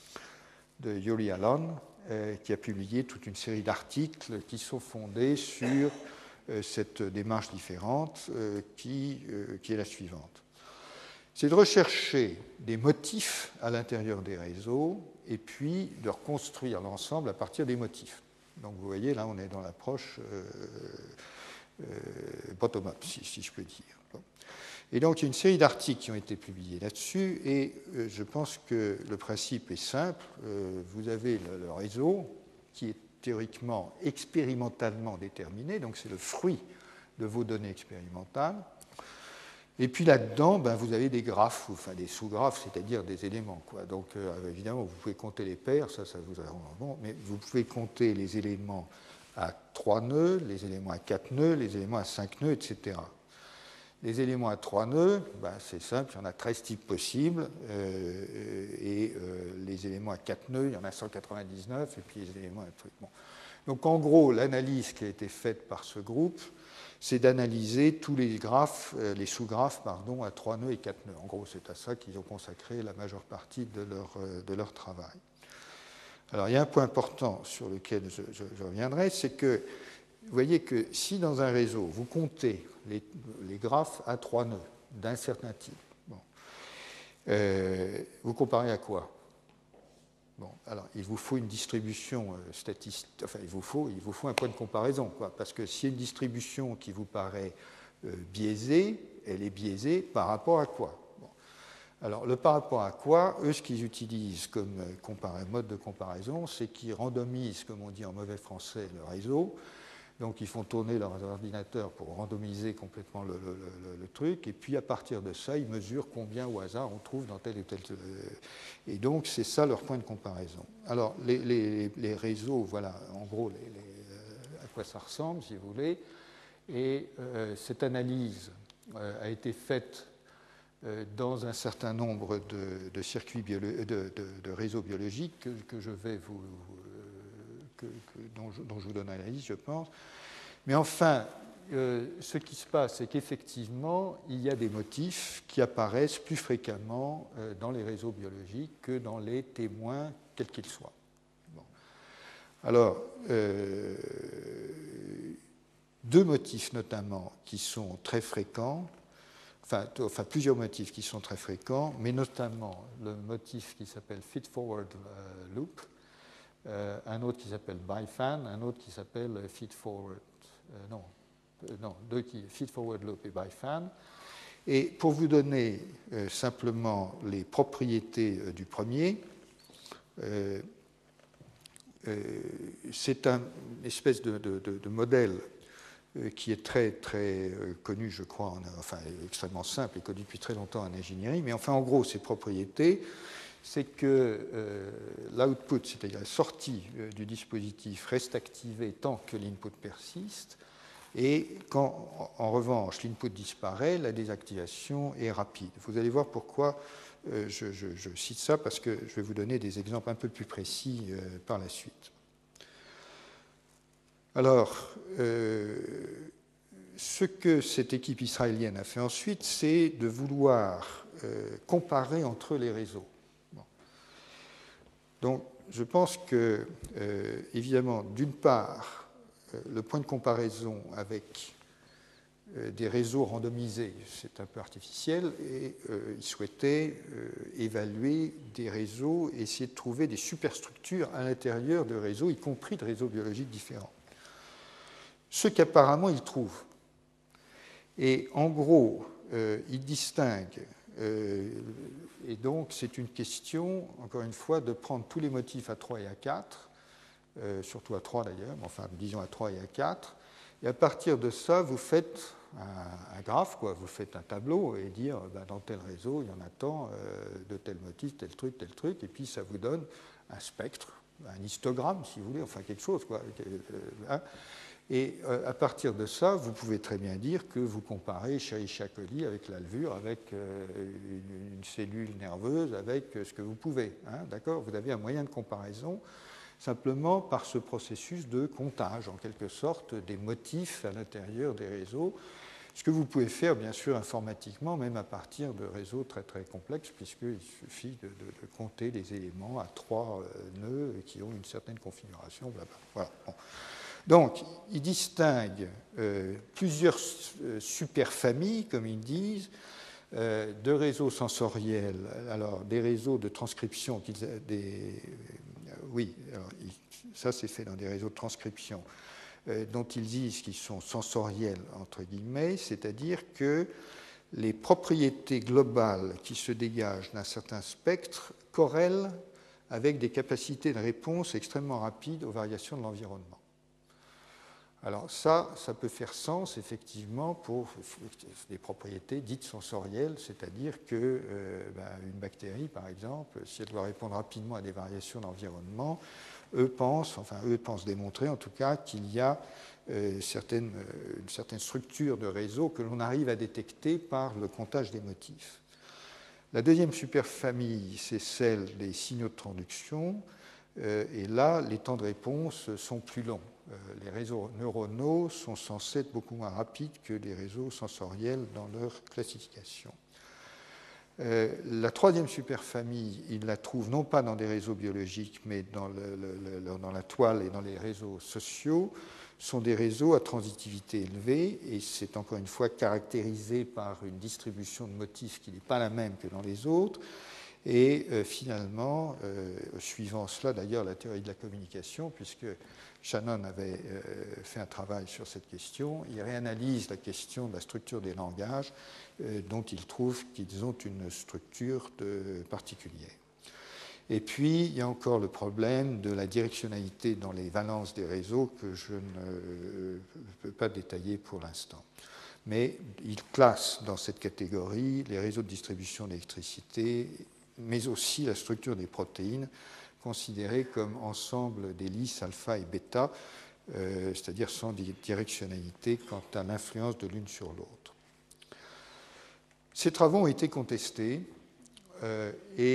de Yoli Alon, euh, qui a publié toute une série d'articles qui sont fondés sur euh, cette démarche différente, euh, qui, euh, qui est la suivante. C'est de rechercher des motifs à l'intérieur des réseaux et puis de reconstruire l'ensemble à partir des motifs. Donc vous voyez, là on est dans l'approche euh, euh, bottom-up, si, si je peux dire. Bon. Et donc il y a une série d'articles qui ont été publiés là-dessus, et euh, je pense que le principe est simple. Euh, vous avez le, le réseau qui est théoriquement expérimentalement déterminé, donc c'est le fruit de vos données expérimentales. Et puis là-dedans, ben, vous avez des graphes, enfin des sous-graphes, c'est-à-dire des éléments, quoi. Donc euh, évidemment, vous pouvez compter les paires, ça, ça vous rend bon, mais vous pouvez compter les éléments à trois nœuds, les éléments à quatre nœuds, les éléments à cinq nœuds, et cetera. Les éléments à trois nœuds, ben, c'est simple, il y en a treize types possibles, euh, et euh, les éléments à quatre nœuds, il y en a cent quatre-vingt-dix-neuf, et puis les éléments à truc. Bon. Donc en gros, l'analyse qui a été faite par ce groupe, c'est d'analyser tous les graphes, euh, les sous-graphes, pardon, à trois nœuds et quatre nœuds. En gros, c'est à ça qu'ils ont consacré la majeure partie de leur, euh, de leur travail. Alors, il y a un point important sur lequel je, je, je reviendrai, c'est que vous voyez que si dans un réseau, vous comptez les, les graphes à trois nœuds d'un certain type, bon, euh, vous comparez à quoi? Bon, alors, il vous faut une distribution euh, statistique, enfin, il vous faut, il vous faut un point de comparaison, quoi, parce que s'il y a une distribution qui vous paraît euh, biaisée, elle est biaisée par rapport à quoi? Bon. Alors, le par rapport à quoi, eux, ce qu'ils utilisent comme euh, mode de comparaison, c'est qu'ils randomisent, comme on dit en mauvais français, le réseau. Donc, ils font tourner leur ordinateur pour randomiser complètement le, le, le, le truc. Et puis, à partir de ça, ils mesurent combien au hasard on trouve dans tel ou tel. Et donc, c'est ça leur point de comparaison. Alors, les, les, les réseaux, voilà, en gros, les, les, à quoi ça ressemble, si vous voulez. Et euh, cette analyse euh, a été faite euh, dans un certain nombre de, de circuits biolo- de, de, de réseaux biologiques que, que je vais vous. que, que, dont, je, dont je vous donnerai la liste, je pense. Mais enfin, euh, ce qui se passe, c'est qu'effectivement, il y a des motifs qui apparaissent plus fréquemment euh, dans les réseaux biologiques que dans les témoins, quels qu'ils soient. Bon. Alors, euh, deux motifs notamment qui sont très fréquents, enfin, enfin plusieurs motifs qui sont très fréquents, mais notamment le motif qui s'appelle feed-forward euh, loop, euh, un autre qui s'appelle byfan, un autre qui s'appelle feed-forward, euh, non, euh, non, deux qui feed-forward loop et byfan. Et pour vous donner euh, simplement les propriétés euh, du premier, euh, euh, c'est un, une espèce de, de, de, de modèle qui est très, très connu, je crois, en, enfin extrêmement simple et connu depuis très longtemps en ingénierie, mais enfin, en gros, ses propriétés, c'est que euh, l'output, c'est-à-dire la sortie euh, du dispositif, reste activée tant que l'input persiste, et quand, en, en revanche, l'input disparaît, la désactivation est rapide. Vous allez voir pourquoi euh, je, je, je cite ça, parce que je vais vous donner des exemples un peu plus précis euh, par la suite. Alors, euh, ce que cette équipe israélienne a fait ensuite, c'est de vouloir euh, comparer entre les réseaux. Bon. Donc, je pense que, euh, évidemment, d'une part, euh, le point de comparaison avec euh, des réseaux randomisés, c'est un peu artificiel, et euh, ils souhaitaient euh, évaluer des réseaux et essayer de trouver des superstructures à l'intérieur de réseaux, y compris de réseaux biologiques différents. Ce qu'apparemment ils trouvent. Et en gros, euh, ils distinguent, euh, et donc c'est une question, encore une fois, de prendre tous les motifs à trois et à quatre, euh, surtout à trois d'ailleurs, mais enfin disons à trois et à quatre, et à partir de ça, vous faites un, un graphe, quoi, vous faites un tableau et dire ben, dans tel réseau, il y en a tant euh, de tel motif, tel truc, tel truc, et puis ça vous donne un spectre, un histogramme si vous voulez, enfin quelque chose, quoi. Euh, hein. Et à partir de ça, vous pouvez très bien dire que vous comparez Escherichia coli avec la levure, avec une cellule nerveuse, avec ce que vous pouvez. Hein, d'accord ? Vous avez un moyen de comparaison simplement par ce processus de comptage, en quelque sorte, des motifs à l'intérieur des réseaux. Ce que vous pouvez faire, bien sûr, informatiquement, même à partir de réseaux très très complexes, puisqu'il suffit de, de, de compter les éléments à trois nœuds qui ont une certaine configuration. Blablabla. Voilà. Bon. Donc, ils distinguent euh, plusieurs euh, superfamilles, comme ils disent, euh, de réseaux sensoriels. Alors, des réseaux de transcription, des, euh, oui, alors, ça c'est fait dans des réseaux de transcription, euh, dont ils disent qu'ils sont sensoriels, entre guillemets, c'est-à-dire que les propriétés globales qui se dégagent d'un certain spectre corrèlent avec des capacités de réponse extrêmement rapides aux variations de l'environnement. Alors ça, ça peut faire sens effectivement pour des propriétés dites sensorielles, c'est-à-dire que euh, ben, une bactérie, par exemple, si elle doit répondre rapidement à des variations d'environnement, eux pensent, enfin eux pensent démontrer en tout cas qu'il y a euh, certaines, euh, une certaine structure de réseau que l'on arrive à détecter par le comptage des motifs. La deuxième superfamille, c'est celle des signaux de transduction, euh, et là, les temps de réponse sont plus longs. Les réseaux neuronaux sont censés être beaucoup moins rapides que les réseaux sensoriels dans leur classification. Euh, la troisième superfamille, ils la trouvent non pas dans des réseaux biologiques, mais dans, le, le, le, dans la toile et dans les réseaux sociaux, sont des réseaux à transitivité élevée, et c'est encore une fois caractérisé par une distribution de motifs qui n'est pas la même que dans les autres. Et euh, finalement, euh, suivant cela d'ailleurs la théorie de la communication, puisque Shannon avait euh, fait un travail sur cette question, il réanalyse la question de la structure des langages, euh, dont il trouve qu'ils ont une structure de, particulière. Et puis, il y a encore le problème de la directionnalité dans les valences des réseaux que je ne peux pas détailler pour l'instant. Mais il classe dans cette catégorie les réseaux de distribution d'électricité, mais aussi la structure des protéines, considérées comme ensemble d'hélices alpha et bêta, euh, c'est-à-dire sans directionnalité quant à l'influence de l'une sur l'autre. Ces travaux ont été contestés euh, et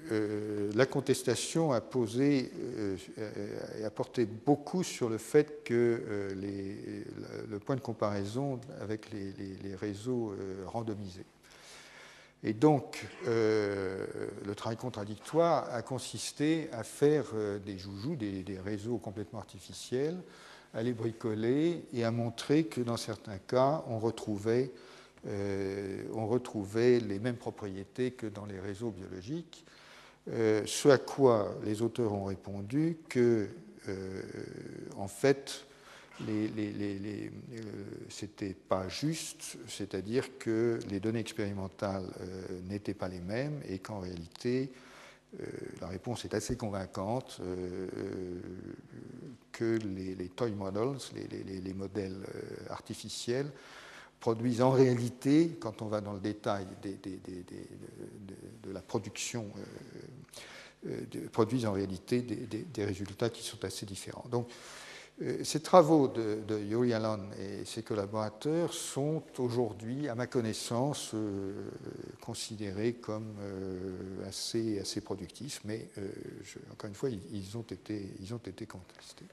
euh, la contestation a posé euh, et a porté beaucoup sur le fait que euh, les, le point de comparaison avec les, les, les réseaux euh, randomisés. Et donc, euh, le travail contradictoire a consisté à faire euh, des joujoux, des, des réseaux complètement artificiels, à les bricoler et à montrer que dans certains cas, on retrouvait, euh, on retrouvait les mêmes propriétés que dans les réseaux biologiques. Euh, ce à quoi les auteurs ont répondu que, euh, en fait, les, les, les, les, euh, c'était pas juste, c'est-à-dire que les données expérimentales euh, n'étaient pas les mêmes et qu'en réalité, euh, la réponse est assez convaincante, euh, que les, les toy models, les, les, les modèles euh, artificiels, produisent en réalité, quand on va dans le détail des, des, des, des, de, de la production, euh, euh, de, produisent en réalité des, des, des résultats qui sont assez différents. Donc, euh, ces travaux de, de Yuri Allen et ses collaborateurs sont aujourd'hui, à ma connaissance, euh, considérés comme euh, assez, assez productifs, mais euh, je, encore une fois, ils, ils, ont été, ils ont été contestés.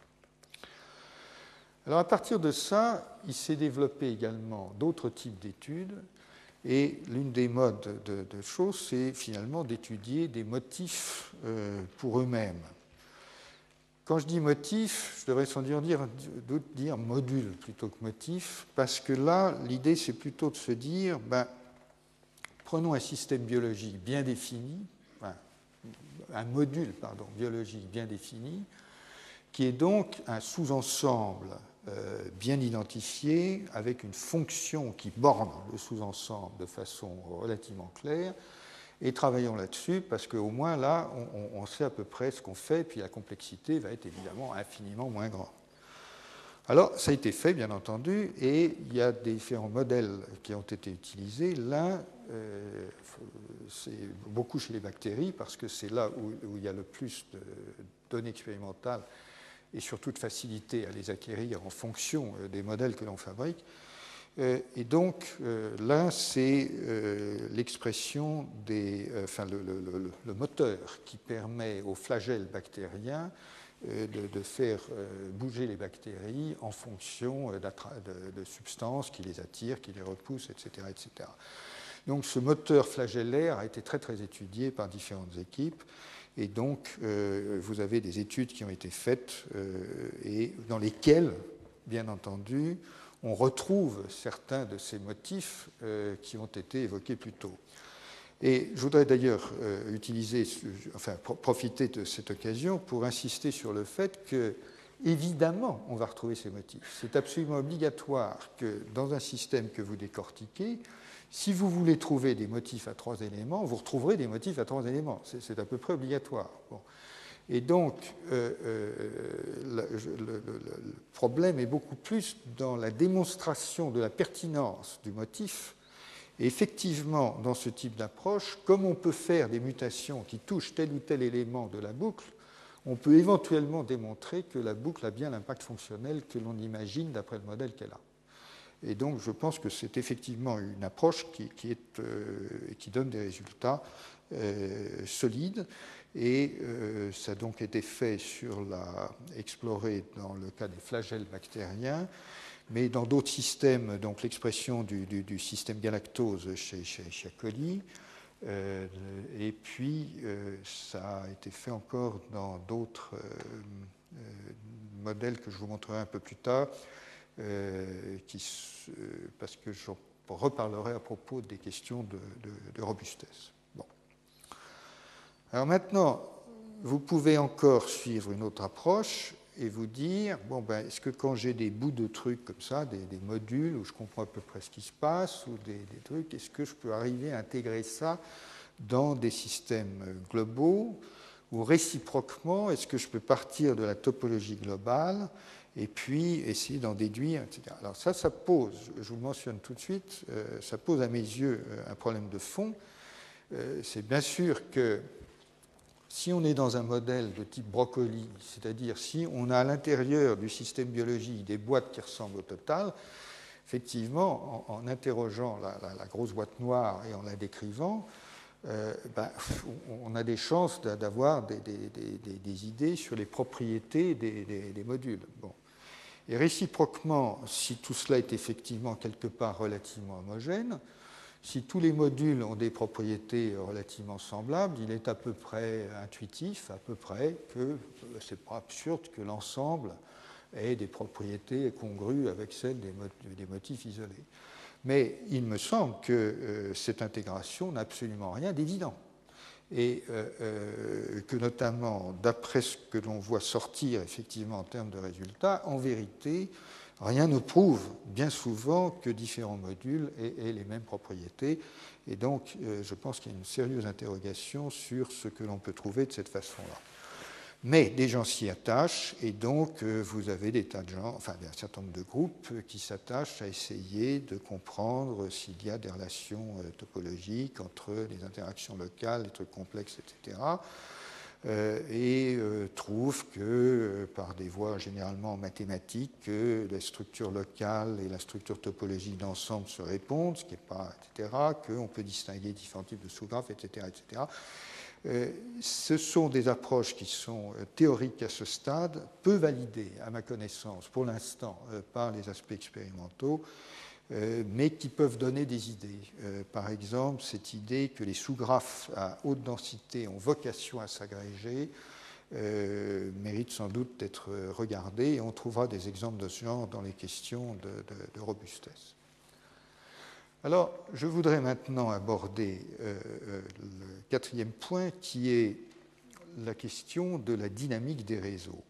Alors à partir de ça, il s'est développé également d'autres types d'études, et l'une des modes de, de choses, c'est finalement d'étudier des motifs euh, pour eux-mêmes. Quand je dis motif, je devrais sans dire, dire, dire module plutôt que motif, parce que là, l'idée, c'est plutôt de se dire, ben, prenons un système biologique bien défini, ben, un module pardon, biologique bien défini, qui est donc un sous-ensemble euh, bien identifié, avec une fonction qui borne le sous-ensemble de façon relativement claire, et travaillons là-dessus, parce qu'au moins là, on, on sait à peu près ce qu'on fait, puis la complexité va être évidemment infiniment moins grande. Alors, ça a été fait, bien entendu, et il y a différents modèles qui ont été utilisés. L'un, euh, c'est beaucoup chez les bactéries, parce que c'est là où, où il y a le plus de données expérimentales et surtout de facilité à les acquérir en fonction des modèles que l'on fabrique. Et donc, là, c'est l'expression des, enfin, le, le, le moteur qui permet aux flagelles bactériens de, de faire bouger les bactéries en fonction de, de substances qui les attirent, qui les repoussent, et cetera, et cetera. Donc, ce moteur flagellaire a été très, très étudié par différentes équipes. Et donc, euh, vous avez des études qui ont été faites euh, et dans lesquelles, bien entendu, on retrouve certains de ces motifs euh, qui ont été évoqués plus tôt. Et je voudrais d'ailleurs euh, utiliser, enfin, profiter de cette occasion pour insister sur le fait que, évidemment, on va retrouver ces motifs. C'est absolument obligatoire que dans un système que vous décortiquez, si vous voulez trouver des motifs à trois éléments, vous retrouverez des motifs à trois éléments. C'est, c'est à peu près obligatoire. Bon. Et donc, euh, euh, le, le, le, le problème est beaucoup plus dans la démonstration de la pertinence du motif. Et effectivement, dans ce type d'approche, comme on peut faire des mutations qui touchent tel ou tel élément de la boucle, on peut éventuellement démontrer que la boucle a bien l'impact fonctionnel que l'on imagine d'après le modèle qu'elle a. Et donc, je pense que c'est effectivement une approche qui, qui, est, euh, qui donne des résultats euh, solides. Et euh, ça a donc été fait sur la, exploré dans le cas des flagelles bactériens, mais dans d'autres systèmes, donc l'expression du, du, du système galactose chez, chez, chez coli. Euh, et puis, euh, ça a été fait encore dans d'autres euh, euh, modèles que je vous montrerai un peu plus tard. Euh, qui, euh, parce que je reparlerai à propos des questions de, de, de robustesse. Bon. Alors maintenant, vous pouvez encore suivre une autre approche et vous dire, bon, ben, est-ce que quand j'ai des bouts de trucs comme ça, des, des modules où je comprends à peu près ce qui se passe, ou des, des trucs, est-ce que je peux arriver à intégrer ça dans des systèmes globaux, ou réciproquement, est-ce que je peux partir de la topologie globale et puis essayer d'en déduire, et cetera. Alors ça, ça pose, je vous le mentionne tout de suite, euh, ça pose à mes yeux un problème de fond. Euh, c'est bien sûr que si on est dans un modèle de type brocoli, c'est-à-dire si on a à l'intérieur du système biologique des boîtes qui ressemblent au total, effectivement, en, en interrogeant la, la, la grosse boîte noire et en la décrivant, euh, ben, on a des chances d'avoir des, des, des, des idées sur les propriétés des, des, des modules. Bon. Et réciproquement, si tout cela est effectivement quelque part relativement homogène, si tous les modules ont des propriétés relativement semblables, il est à peu près intuitif, à peu près, que ce n'est pas absurde que l'ensemble ait des propriétés congrues avec celles des, des motifs isolés. Mais il me semble que euh, cette intégration n'a absolument rien d'évident. Et euh, euh, que notamment, d'après ce que l'on voit sortir effectivement en termes de résultats, en vérité, rien ne prouve bien souvent que différents modules aient, aient les mêmes propriétés. Et donc, euh, je pense qu'il y a une sérieuse interrogation sur ce que l'on peut trouver de cette façon-là. Mais des gens s'y attachent, et donc euh, vous avez des tas de gens, enfin un certain nombre de groupes qui s'attachent à essayer de comprendre s'il y a des relations euh, topologiques entre les interactions locales, les trucs complexes, et cetera. Euh, et euh, trouvent que, euh, par des voies généralement mathématiques, que la structure locale et la structure topologique d'ensemble se répondent, ce qui n'est pas, et cetera, qu'on peut distinguer différents types de sous-graphes, et cetera, et cetera. Euh, ce sont des approches qui sont euh, théoriques à ce stade, peu validées, à ma connaissance, pour l'instant, euh, par les aspects expérimentaux, euh, mais qui peuvent donner des idées. Euh, par exemple, cette idée que les sous-graphes à haute densité ont vocation à s'agréger euh, mérite sans doute d'être regardée, et on trouvera des exemples de ce genre dans les questions de, de, de robustesse. Alors, je voudrais maintenant aborder euh, le quatrième point, qui est la question de la dynamique des réseaux.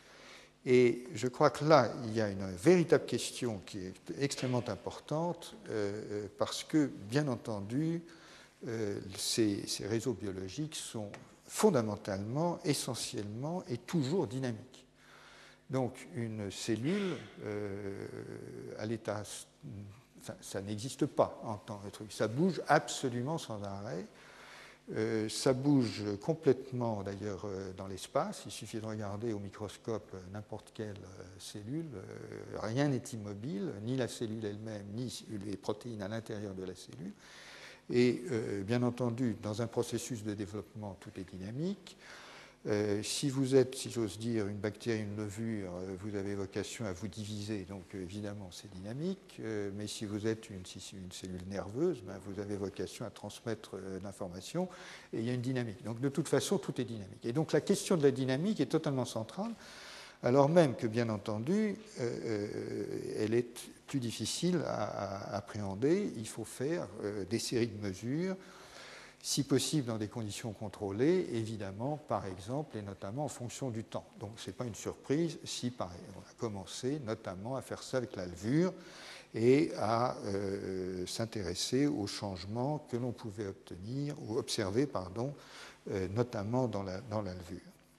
Et je crois que là, il y a une véritable question qui est extrêmement importante, euh, parce que, bien entendu, euh, ces, ces réseaux biologiques sont fondamentalement, essentiellement et toujours dynamiques. Donc, une cellule euh, à l'état... Enfin, ça n'existe pas en tant que truc. Ça bouge absolument sans arrêt. Euh, ça bouge complètement, d'ailleurs, euh, dans l'espace. Il suffit de regarder au microscope euh, n'importe quelle euh, cellule. Euh, rien n'est immobile, ni la cellule elle-même, ni les protéines à l'intérieur de la cellule. Et euh, bien entendu, dans un processus de développement, tout est dynamique. Euh, si vous êtes, si j'ose dire, une bactérie, une levure, euh, vous avez vocation à vous diviser, donc euh, évidemment c'est dynamique, euh, mais si vous êtes une, si une cellule nerveuse, ben, vous avez vocation à transmettre euh, l'information, et il y a une dynamique. Donc de toute façon, tout est dynamique. Et donc la question de la dynamique est totalement centrale, alors même que, bien entendu, euh, euh, elle est plus difficile à, à appréhender. Il faut faire euh, des séries de mesures, si possible dans des conditions contrôlées, évidemment, par exemple, et notamment en fonction du temps. Donc, ce n'est pas une surprise si, pareil, on a commencé notamment à faire ça avec la levure et à euh, s'intéresser aux changements que l'on pouvait obtenir ou observer, pardon, euh, notamment dans la, dans la levure.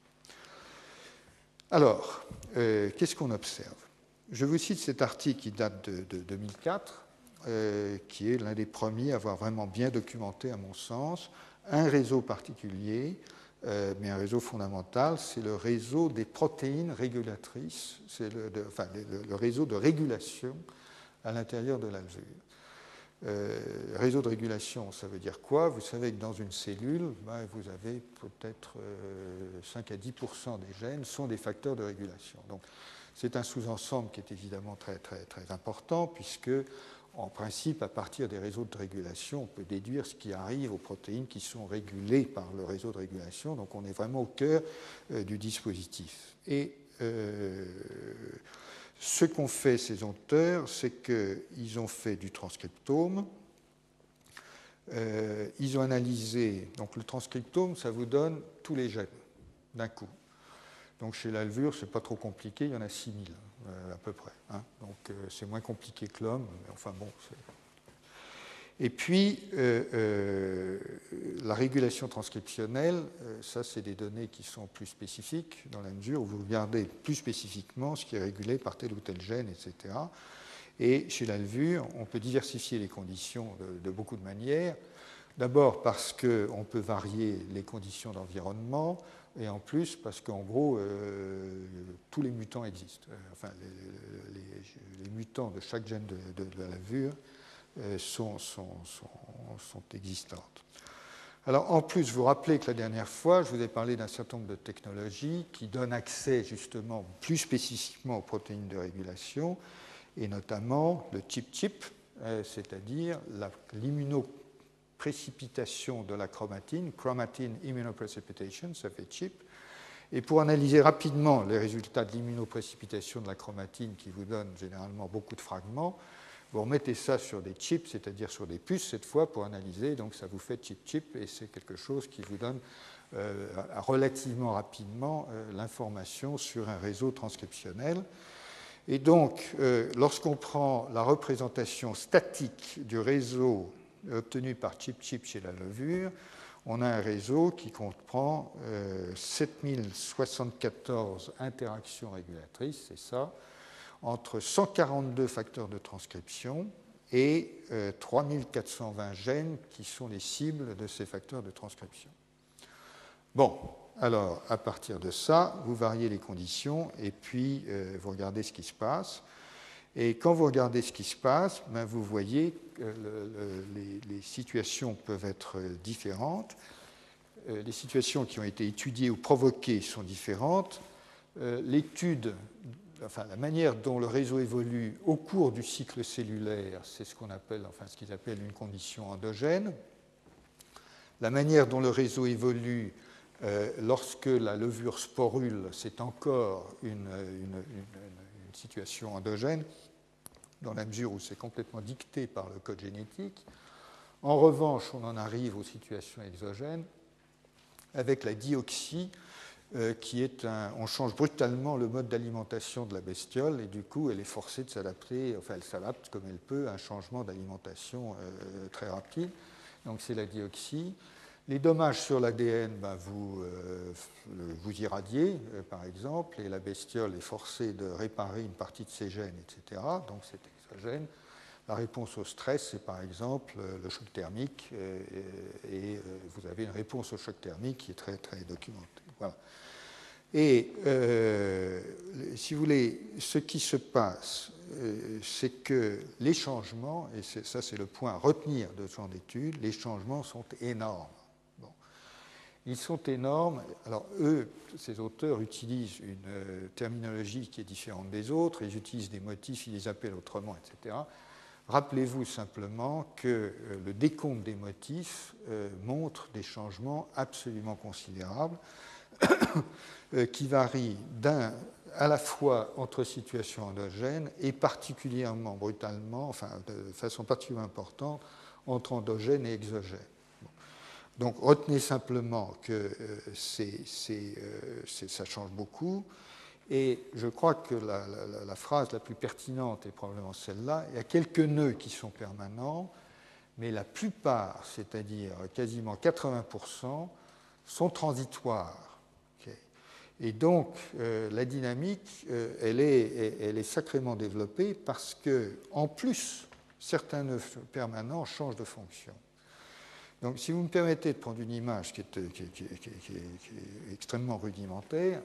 Alors, euh, qu'est-ce qu'on observe? Je vous cite cet article qui date de, de deux mille quatre. Euh, qui est l'un des premiers à avoir vraiment bien documenté, à mon sens, un réseau particulier, euh, mais un réseau fondamental, c'est le réseau des protéines régulatrices, c'est le, de, enfin, le, le réseau de régulation à l'intérieur de la levure. Euh, réseau de régulation, ça veut dire quoi? Vous savez que dans une cellule, ben, vous avez peut-être euh, cinq à dix pour cent des gènes sont des facteurs de régulation. Donc, c'est un sous-ensemble qui est évidemment très, très, très important, puisque en principe, à partir des réseaux de régulation, on peut déduire ce qui arrive aux protéines qui sont régulées par le réseau de régulation. Donc on est vraiment au cœur euh, du dispositif. Et euh, ce qu'ont fait ces auteurs, c'est qu'ils ont fait du transcriptome. Euh, ils ont analysé, donc le transcriptome, ça vous donne tous les gènes d'un coup. Donc chez la levure, ce n'est pas trop compliqué, il y en a six mille euh, à peu près. Hein. Donc euh, c'est moins compliqué que l'homme, mais enfin bon. Et puis, euh, euh, la régulation transcriptionnelle, euh, ça c'est des données qui sont plus spécifiques, dans la mesure où vous regardez plus spécifiquement ce qui est régulé par tel ou tel gène, et cetera. Et chez la levure, on peut diversifier les conditions de, de beaucoup de manières. D'abord parce qu'on peut varier les conditions d'environnement, et en plus parce qu'en gros, euh, tous les mutants existent. Euh, enfin, les, les, les mutants de chaque gène de, de, de la levure euh, sont, sont, sont, sont existantes. Alors, en plus, vous vous rappelez que la dernière fois, je vous ai parlé d'un certain nombre de technologies qui donnent accès justement plus spécifiquement aux protéines de régulation, et notamment le chip-chip, c'est-à-dire l'immunoprécipitation de la chromatine, chromatin immunoprecipitation, ça fait chip. Et pour analyser rapidement les résultats de l'immunoprécipitation de la chromatine, qui vous donne généralement beaucoup de fragments, vous remettez ça sur des chips, c'est-à-dire sur des puces cette fois, pour analyser. Donc ça vous fait chip-chip, et c'est quelque chose qui vous donne euh, relativement rapidement euh, l'information sur un réseau transcriptionnel. Et donc, euh, lorsqu'on prend la représentation statique du réseau obtenu par chip-chip chez la levure, on a un réseau qui comprend euh, sept mille soixante-quatorze interactions régulatrices, c'est ça, entre cent quarante-deux facteurs de transcription et euh, trois mille quatre cent vingt gènes qui sont les cibles de ces facteurs de transcription. Bon, alors à partir de ça, vous variez les conditions et puis euh, vous regardez ce qui se passe. Et quand vous regardez ce qui se passe, ben vous voyez que le, le, les, les situations peuvent être différentes. Euh, les situations qui ont été étudiées ou provoquées sont différentes. Euh, l'étude, enfin la manière dont le réseau évolue au cours du cycle cellulaire, c'est ce qu'on appelle, enfin ce qu'ils appellent une condition endogène. La manière dont le réseau évolue euh, lorsque la levure sporule, c'est encore une, une, une, une situation endogène, dans la mesure où c'est complètement dicté par le code génétique. En revanche, on en arrive aux situations exogènes avec la dioxie, euh, qui est un... On change brutalement le mode d'alimentation de la bestiole, et du coup, elle est forcée de s'adapter, enfin, elle s'adapte comme elle peut à un changement d'alimentation euh, très rapide. Donc, c'est la dioxie. Les dommages sur l'A D N, ben, vous, euh, vous irradiez, euh, par exemple, et la bestiole est forcée de réparer une partie de ses gènes, et cetera. Donc, c'est exogène. La réponse au stress, c'est par exemple le choc thermique, euh, et, et vous avez une réponse au choc thermique qui est très, très documentée. Voilà. Et euh, si vous voulez, ce qui se passe, euh, c'est que les changements, et ça c'est le point à retenir de ce genre d'études, les changements sont énormes. Bon. Ils sont énormes. Alors eux, ces auteurs utilisent une euh, terminologie qui est différente des autres, ils utilisent des motifs, ils les appellent autrement, et cetera. Rappelez-vous simplement que euh, le décompte des motifs euh, montre des changements absolument considérables euh, qui varient d'un, à la fois entre situations endogènes et particulièrement brutalement, enfin de façon particulièrement importante, entre endogènes et exogènes. Bon. Donc retenez simplement que euh, c'est, c'est, euh, c'est, ça change beaucoup. Et je crois que la, la, la phrase la plus pertinente est probablement celle-là. Il y a quelques nœuds qui sont permanents, mais la plupart, c'est-à-dire quasiment quatre-vingts pour cent, sont transitoires. Okay. Et donc, euh, la dynamique, euh, elle, est, elle est sacrément développée parce que, en plus, certains nœuds permanents changent de fonction. Donc, si vous me permettez de prendre une image qui est, qui est, qui est, qui est, qui est extrêmement rudimentaire,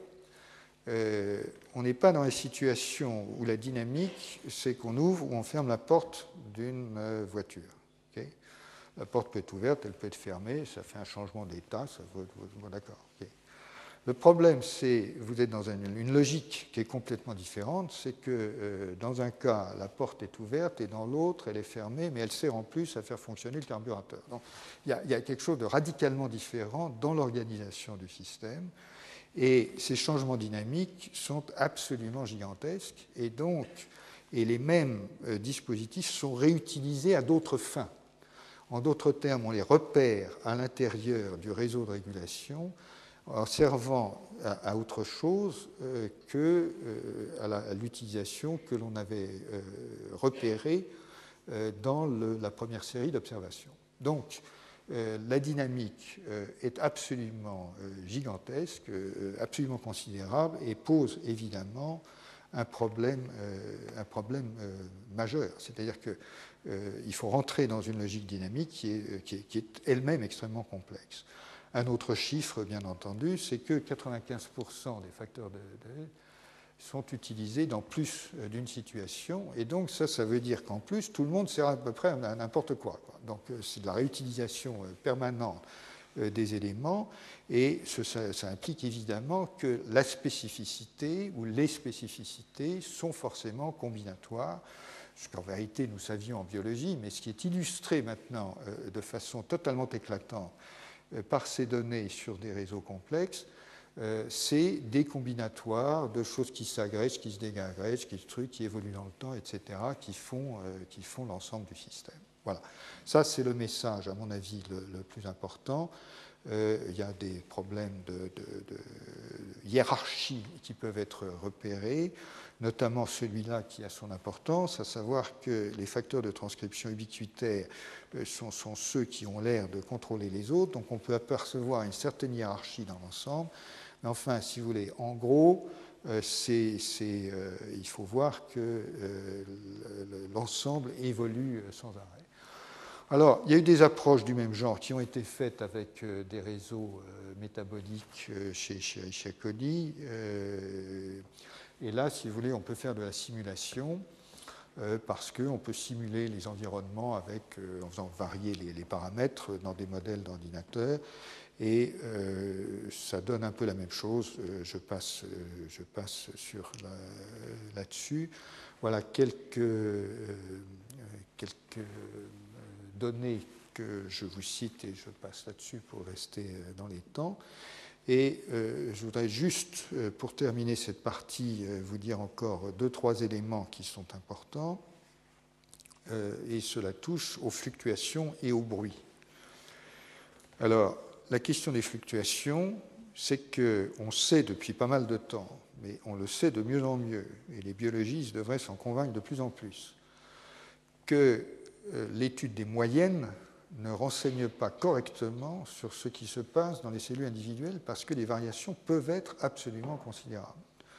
Euh, on n'est pas dans la situation où la dynamique, c'est qu'on ouvre ou on ferme la porte d'une euh, voiture. Okay. La porte peut être ouverte, elle peut être fermée, ça fait un changement d'état, ça vaut, vaut, d'accord. Okay. Le problème, c'est vous êtes dans une, une logique qui est complètement différente, c'est que euh, dans un cas, la porte est ouverte et dans l'autre, elle est fermée, mais elle sert en plus à faire fonctionner le carburateur. Donc, il y, y a quelque chose de radicalement différent dans l'organisation du système. Et ces changements dynamiques sont absolument gigantesques, et donc et les mêmes euh, dispositifs sont réutilisés à d'autres fins. En d'autres termes, on les repère à l'intérieur du réseau de régulation en servant à, à autre chose euh, que euh, à, la, à l'utilisation que l'on avait euh, repérée euh, dans le, la première série d'observations. Donc, Euh, la dynamique euh, est absolument euh, gigantesque, euh, absolument considérable et pose évidemment un problème, euh, un problème euh, majeur. C'est-à-dire qu'il euh, faut rentrer dans une logique dynamique qui est, qui est, qui est elle-même extrêmement complexe. Un autre chiffre, bien entendu, c'est que quatre-vingt-quinze pour cent des facteurs de, de sont utilisés dans plus d'une situation, et donc ça, ça veut dire qu'en plus, tout le monde sert à peu près à n'importe quoi, quoi. Donc c'est de la réutilisation permanente euh, des éléments, et ce, ça, ça implique évidemment que la spécificité ou les spécificités sont forcément combinatoires, ce qu'en vérité nous savions en biologie, mais ce qui est illustré maintenant euh, de façon totalement éclatante euh, par ces données sur des réseaux complexes, euh, c'est des combinatoires de choses qui s'agrègent, qui se désagrègent, qui se truquent, qui évoluent dans le temps, et cetera, qui font, euh, qui font l'ensemble du système. Voilà. Ça, c'est le message, à mon avis, le, le plus important. Euh, il y a des problèmes de, de, de hiérarchie qui peuvent être repérés, notamment celui-là qui a son importance, à savoir que les facteurs de transcription ubiquitaires sont, sont ceux qui ont l'air de contrôler les autres, donc on peut apercevoir une certaine hiérarchie dans l'ensemble. Mais enfin, si vous voulez, en gros, euh, c'est, c'est, euh, il faut voir que euh, l'ensemble évolue sans arrêt. Alors, il y a eu des approches du même genre qui ont été faites avec euh, des réseaux euh, métaboliques euh, chez, chez, chez Coli. Euh, et là, si vous voulez, on peut faire de la simulation euh, parce qu'on peut simuler les environnements avec, euh, en faisant varier les, les paramètres dans des modèles d'ordinateur. Et euh, ça donne un peu la même chose. Euh, je, passe, euh, je passe sur la, là-dessus. Voilà quelques, euh, quelques données que je vous cite et je passe là-dessus pour rester dans les temps. Et euh, je voudrais juste, euh, pour terminer cette partie, euh, vous dire encore deux, trois éléments qui sont importants. Euh, et cela touche aux fluctuations et au bruit. Alors, la question des fluctuations, c'est qu'on sait depuis pas mal de temps, mais on le sait de mieux en mieux, et les biologistes devraient s'en convaincre de plus en plus, que euh, l'étude des moyennes ne renseigne pas correctement sur ce qui se passe dans les cellules individuelles parce que les variations peuvent être absolument considérables.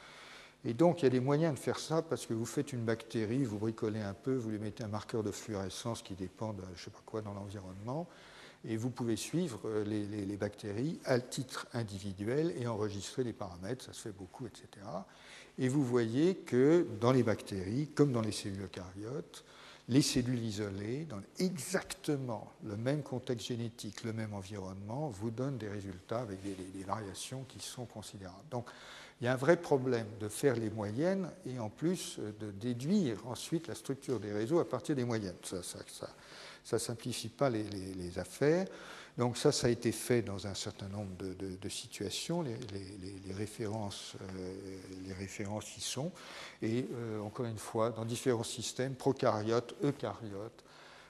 Et donc, il y a des moyens de faire ça parce que vous faites une bactérie, vous bricolez un peu, vous lui mettez un marqueur de fluorescence qui dépend de je ne sais pas quoi dans l'environnement, et vous pouvez suivre les, les, les bactéries à titre individuel et enregistrer les paramètres, ça se fait beaucoup, et cetera. Et vous voyez que dans les bactéries, comme dans les cellules eucaryotes, les cellules isolées, dans exactement le même contexte génétique, le même environnement, vous donnent des résultats avec des, des, des variations qui sont considérables. Donc, il y a un vrai problème de faire les moyennes et en plus de déduire ensuite la structure des réseaux à partir des moyennes. Ça, ça, ça, ça ne simplifie pas les, les, les affaires. Donc ça, ça a été fait dans un certain nombre de, de, de situations. Les, les, les, références, euh, les références y sont. Et euh, encore une fois, dans différents systèmes, prokaryotes, eucaryotes,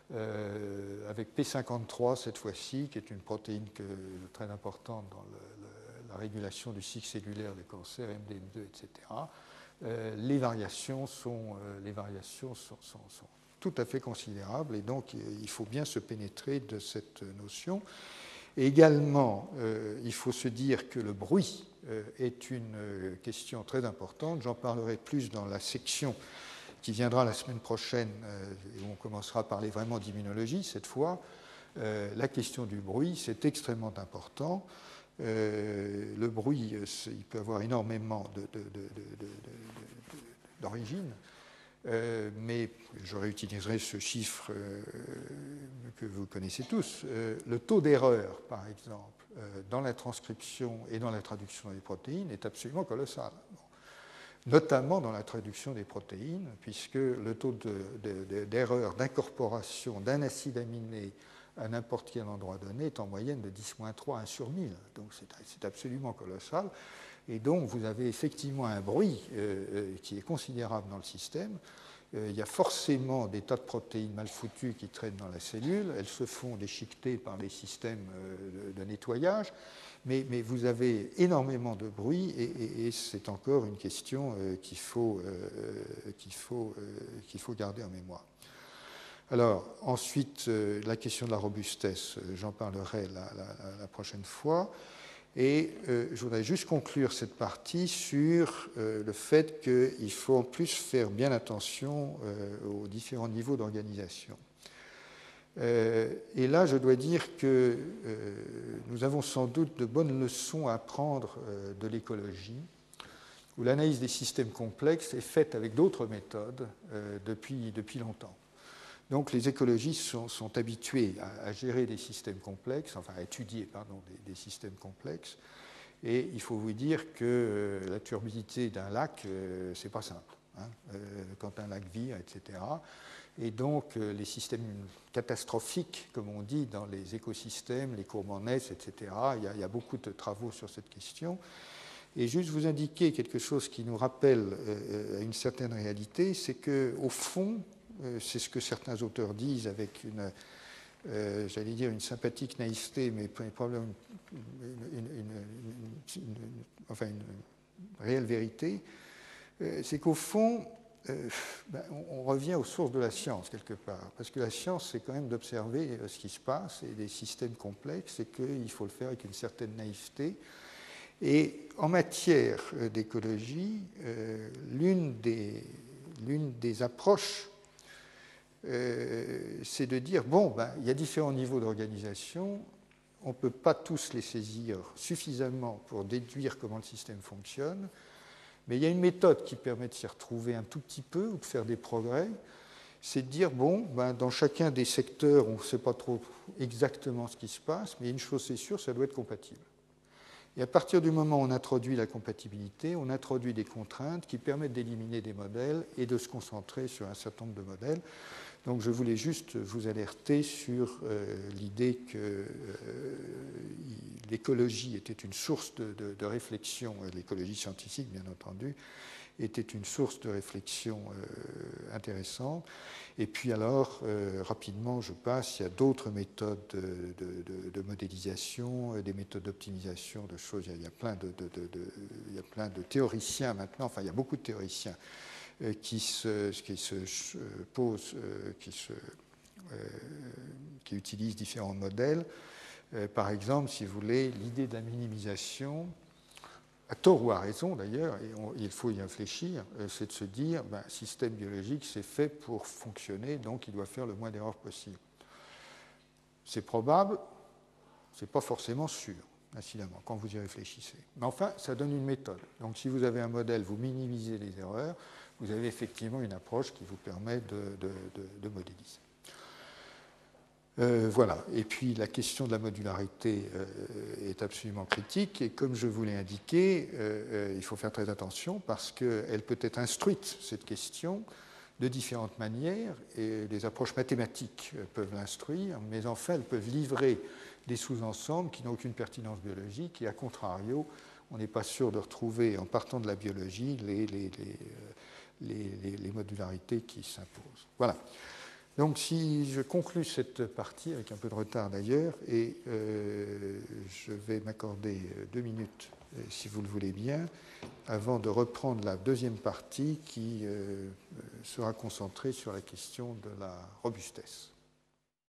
euh, avec P cinquante-trois cette fois-ci, qui est une protéine que, très importante dans le, le, la régulation du cycle cellulaire des cancers, M D M deux, et cetera. Euh, les variations sont, euh, les variations sont, sont, sont tout à fait considérable et donc il faut bien se pénétrer de cette notion. Et également, euh, il faut se dire que le bruit euh, est une euh, question très importante. J'en parlerai plus dans la section qui viendra la semaine prochaine euh, où on commencera à parler vraiment d'immunologie cette fois. Euh, la question du bruit, c'est extrêmement important. Euh, le bruit, il peut avoir énormément de, de, de, de, d'origine. Euh, mais je réutiliserai ce chiffre euh, que vous connaissez tous. Euh, le taux d'erreur, par exemple, euh, dans la transcription et dans la traduction des protéines est absolument colossal. Bon. Notamment dans la traduction des protéines, puisque le taux de, de, de, d'erreur d'incorporation d'un acide aminé à n'importe quel endroit donné est en moyenne de dix moins trois, un sur mille. Donc c'est, c'est absolument colossal. Et donc, vous avez effectivement un bruit euh, qui est considérable dans le système. Euh, il y a forcément des tas de protéines mal foutues qui traînent dans la cellule. Elles se font déchiqueter par les systèmes euh, de, de nettoyage. Mais, mais vous avez énormément de bruit et, et, et c'est encore une question euh, qu'il faut, euh, qu'il faut, euh, qu'il faut garder en mémoire. Alors, ensuite, euh, la question de la robustesse, j'en parlerai la, la, la prochaine fois. Et euh, je voudrais juste conclure cette partie sur euh, le fait qu'il faut en plus faire bien attention euh, aux différents niveaux d'organisation. Euh, et là, je dois dire que euh, nous avons sans doute de bonnes leçons à apprendre euh, de l'écologie, où l'analyse des systèmes complexes est faite avec d'autres méthodes euh, depuis, depuis longtemps. Donc les écologistes sont, sont habitués à, à gérer des systèmes complexes, enfin à étudier pardon, des, des systèmes complexes, et il faut vous dire que euh, la turbidité d'un lac, euh, c'est pas simple, hein, euh, quand un lac vire, et cetera. Et donc euh, les systèmes catastrophiques, comme on dit, dans les écosystèmes, les courbes en S, et cetera, il y a, il y a beaucoup de travaux sur cette question. Et juste vous indiquer quelque chose qui nous rappelle euh, une certaine réalité, c'est qu'au fond, euh, c'est ce que certains auteurs disent avec une, euh, j'allais dire une sympathique naïveté, mais probablement une, une, une, une, enfin une réelle vérité, euh, c'est qu'au fond, euh, ben, on, on revient aux sources de la science quelque part, parce que la science, c'est quand même d'observer ce qui se passe et des systèmes complexes, et qu'il faut le faire avec une certaine naïveté. Et en matière d'écologie, euh, l'une des, l'une des approches, euh, c'est de dire, bon, ben, il y a différents niveaux d'organisation, on ne peut pas tous les saisir suffisamment pour déduire comment le système fonctionne, mais il y a une méthode qui permet de s'y retrouver un tout petit peu ou de faire des progrès, c'est de dire, bon, ben, dans chacun des secteurs, on ne sait pas trop exactement ce qui se passe, mais une chose c'est sûre, ça doit être compatible. Et à partir du moment où on introduit la compatibilité, on introduit des contraintes qui permettent d'éliminer des modèles et de se concentrer sur un certain nombre de modèles. Donc je voulais juste vous alerter sur euh, l'idée que euh, l'écologie était une source de, de, de réflexion, l'écologie scientifique bien entendu, était une source de réflexion euh, intéressante. Et puis alors, euh, rapidement, je passe, il y a d'autres méthodes de, de, de, de modélisation, des méthodes d'optimisation, de choses, il y a, il y a plein de, de, de, de, il y a plein de théoriciens maintenant, enfin il y a beaucoup de théoriciens euh, qui, se, qui se euh, posent, euh, qui, se, euh, qui utilisent différents modèles. Euh, par exemple, si vous voulez, l'idée de la minimisation, à tort ou à raison d'ailleurs, et on, il faut y réfléchir, c'est de se dire, ben, système biologique, c'est fait pour fonctionner, donc il doit faire le moins d'erreurs possible. C'est probable, c'est pas forcément sûr, incidemment, quand vous y réfléchissez. Mais enfin, ça donne une méthode. Donc si vous avez un modèle, vous minimisez les erreurs, vous avez effectivement une approche qui vous permet de, de, de, de modéliser. Euh, voilà. Et puis la question de la modularité euh, est absolument critique. Et comme je vous l'ai indiqué, euh, il faut faire très attention parce qu'elle peut être instruite, cette question, de différentes manières. Et les approches mathématiques peuvent l'instruire, mais enfin, elles peuvent livrer des sous-ensembles qui n'ont aucune pertinence biologique. Et à contrario, on n'est pas sûr de retrouver, en partant de la biologie, les, les, les, les, les, les modularités qui s'imposent. Voilà. Donc si je conclus cette partie, avec un peu de retard d'ailleurs, et euh, je vais m'accorder deux minutes, si vous le voulez bien, avant de reprendre la deuxième partie qui euh, sera concentrée sur la question de la robustesse.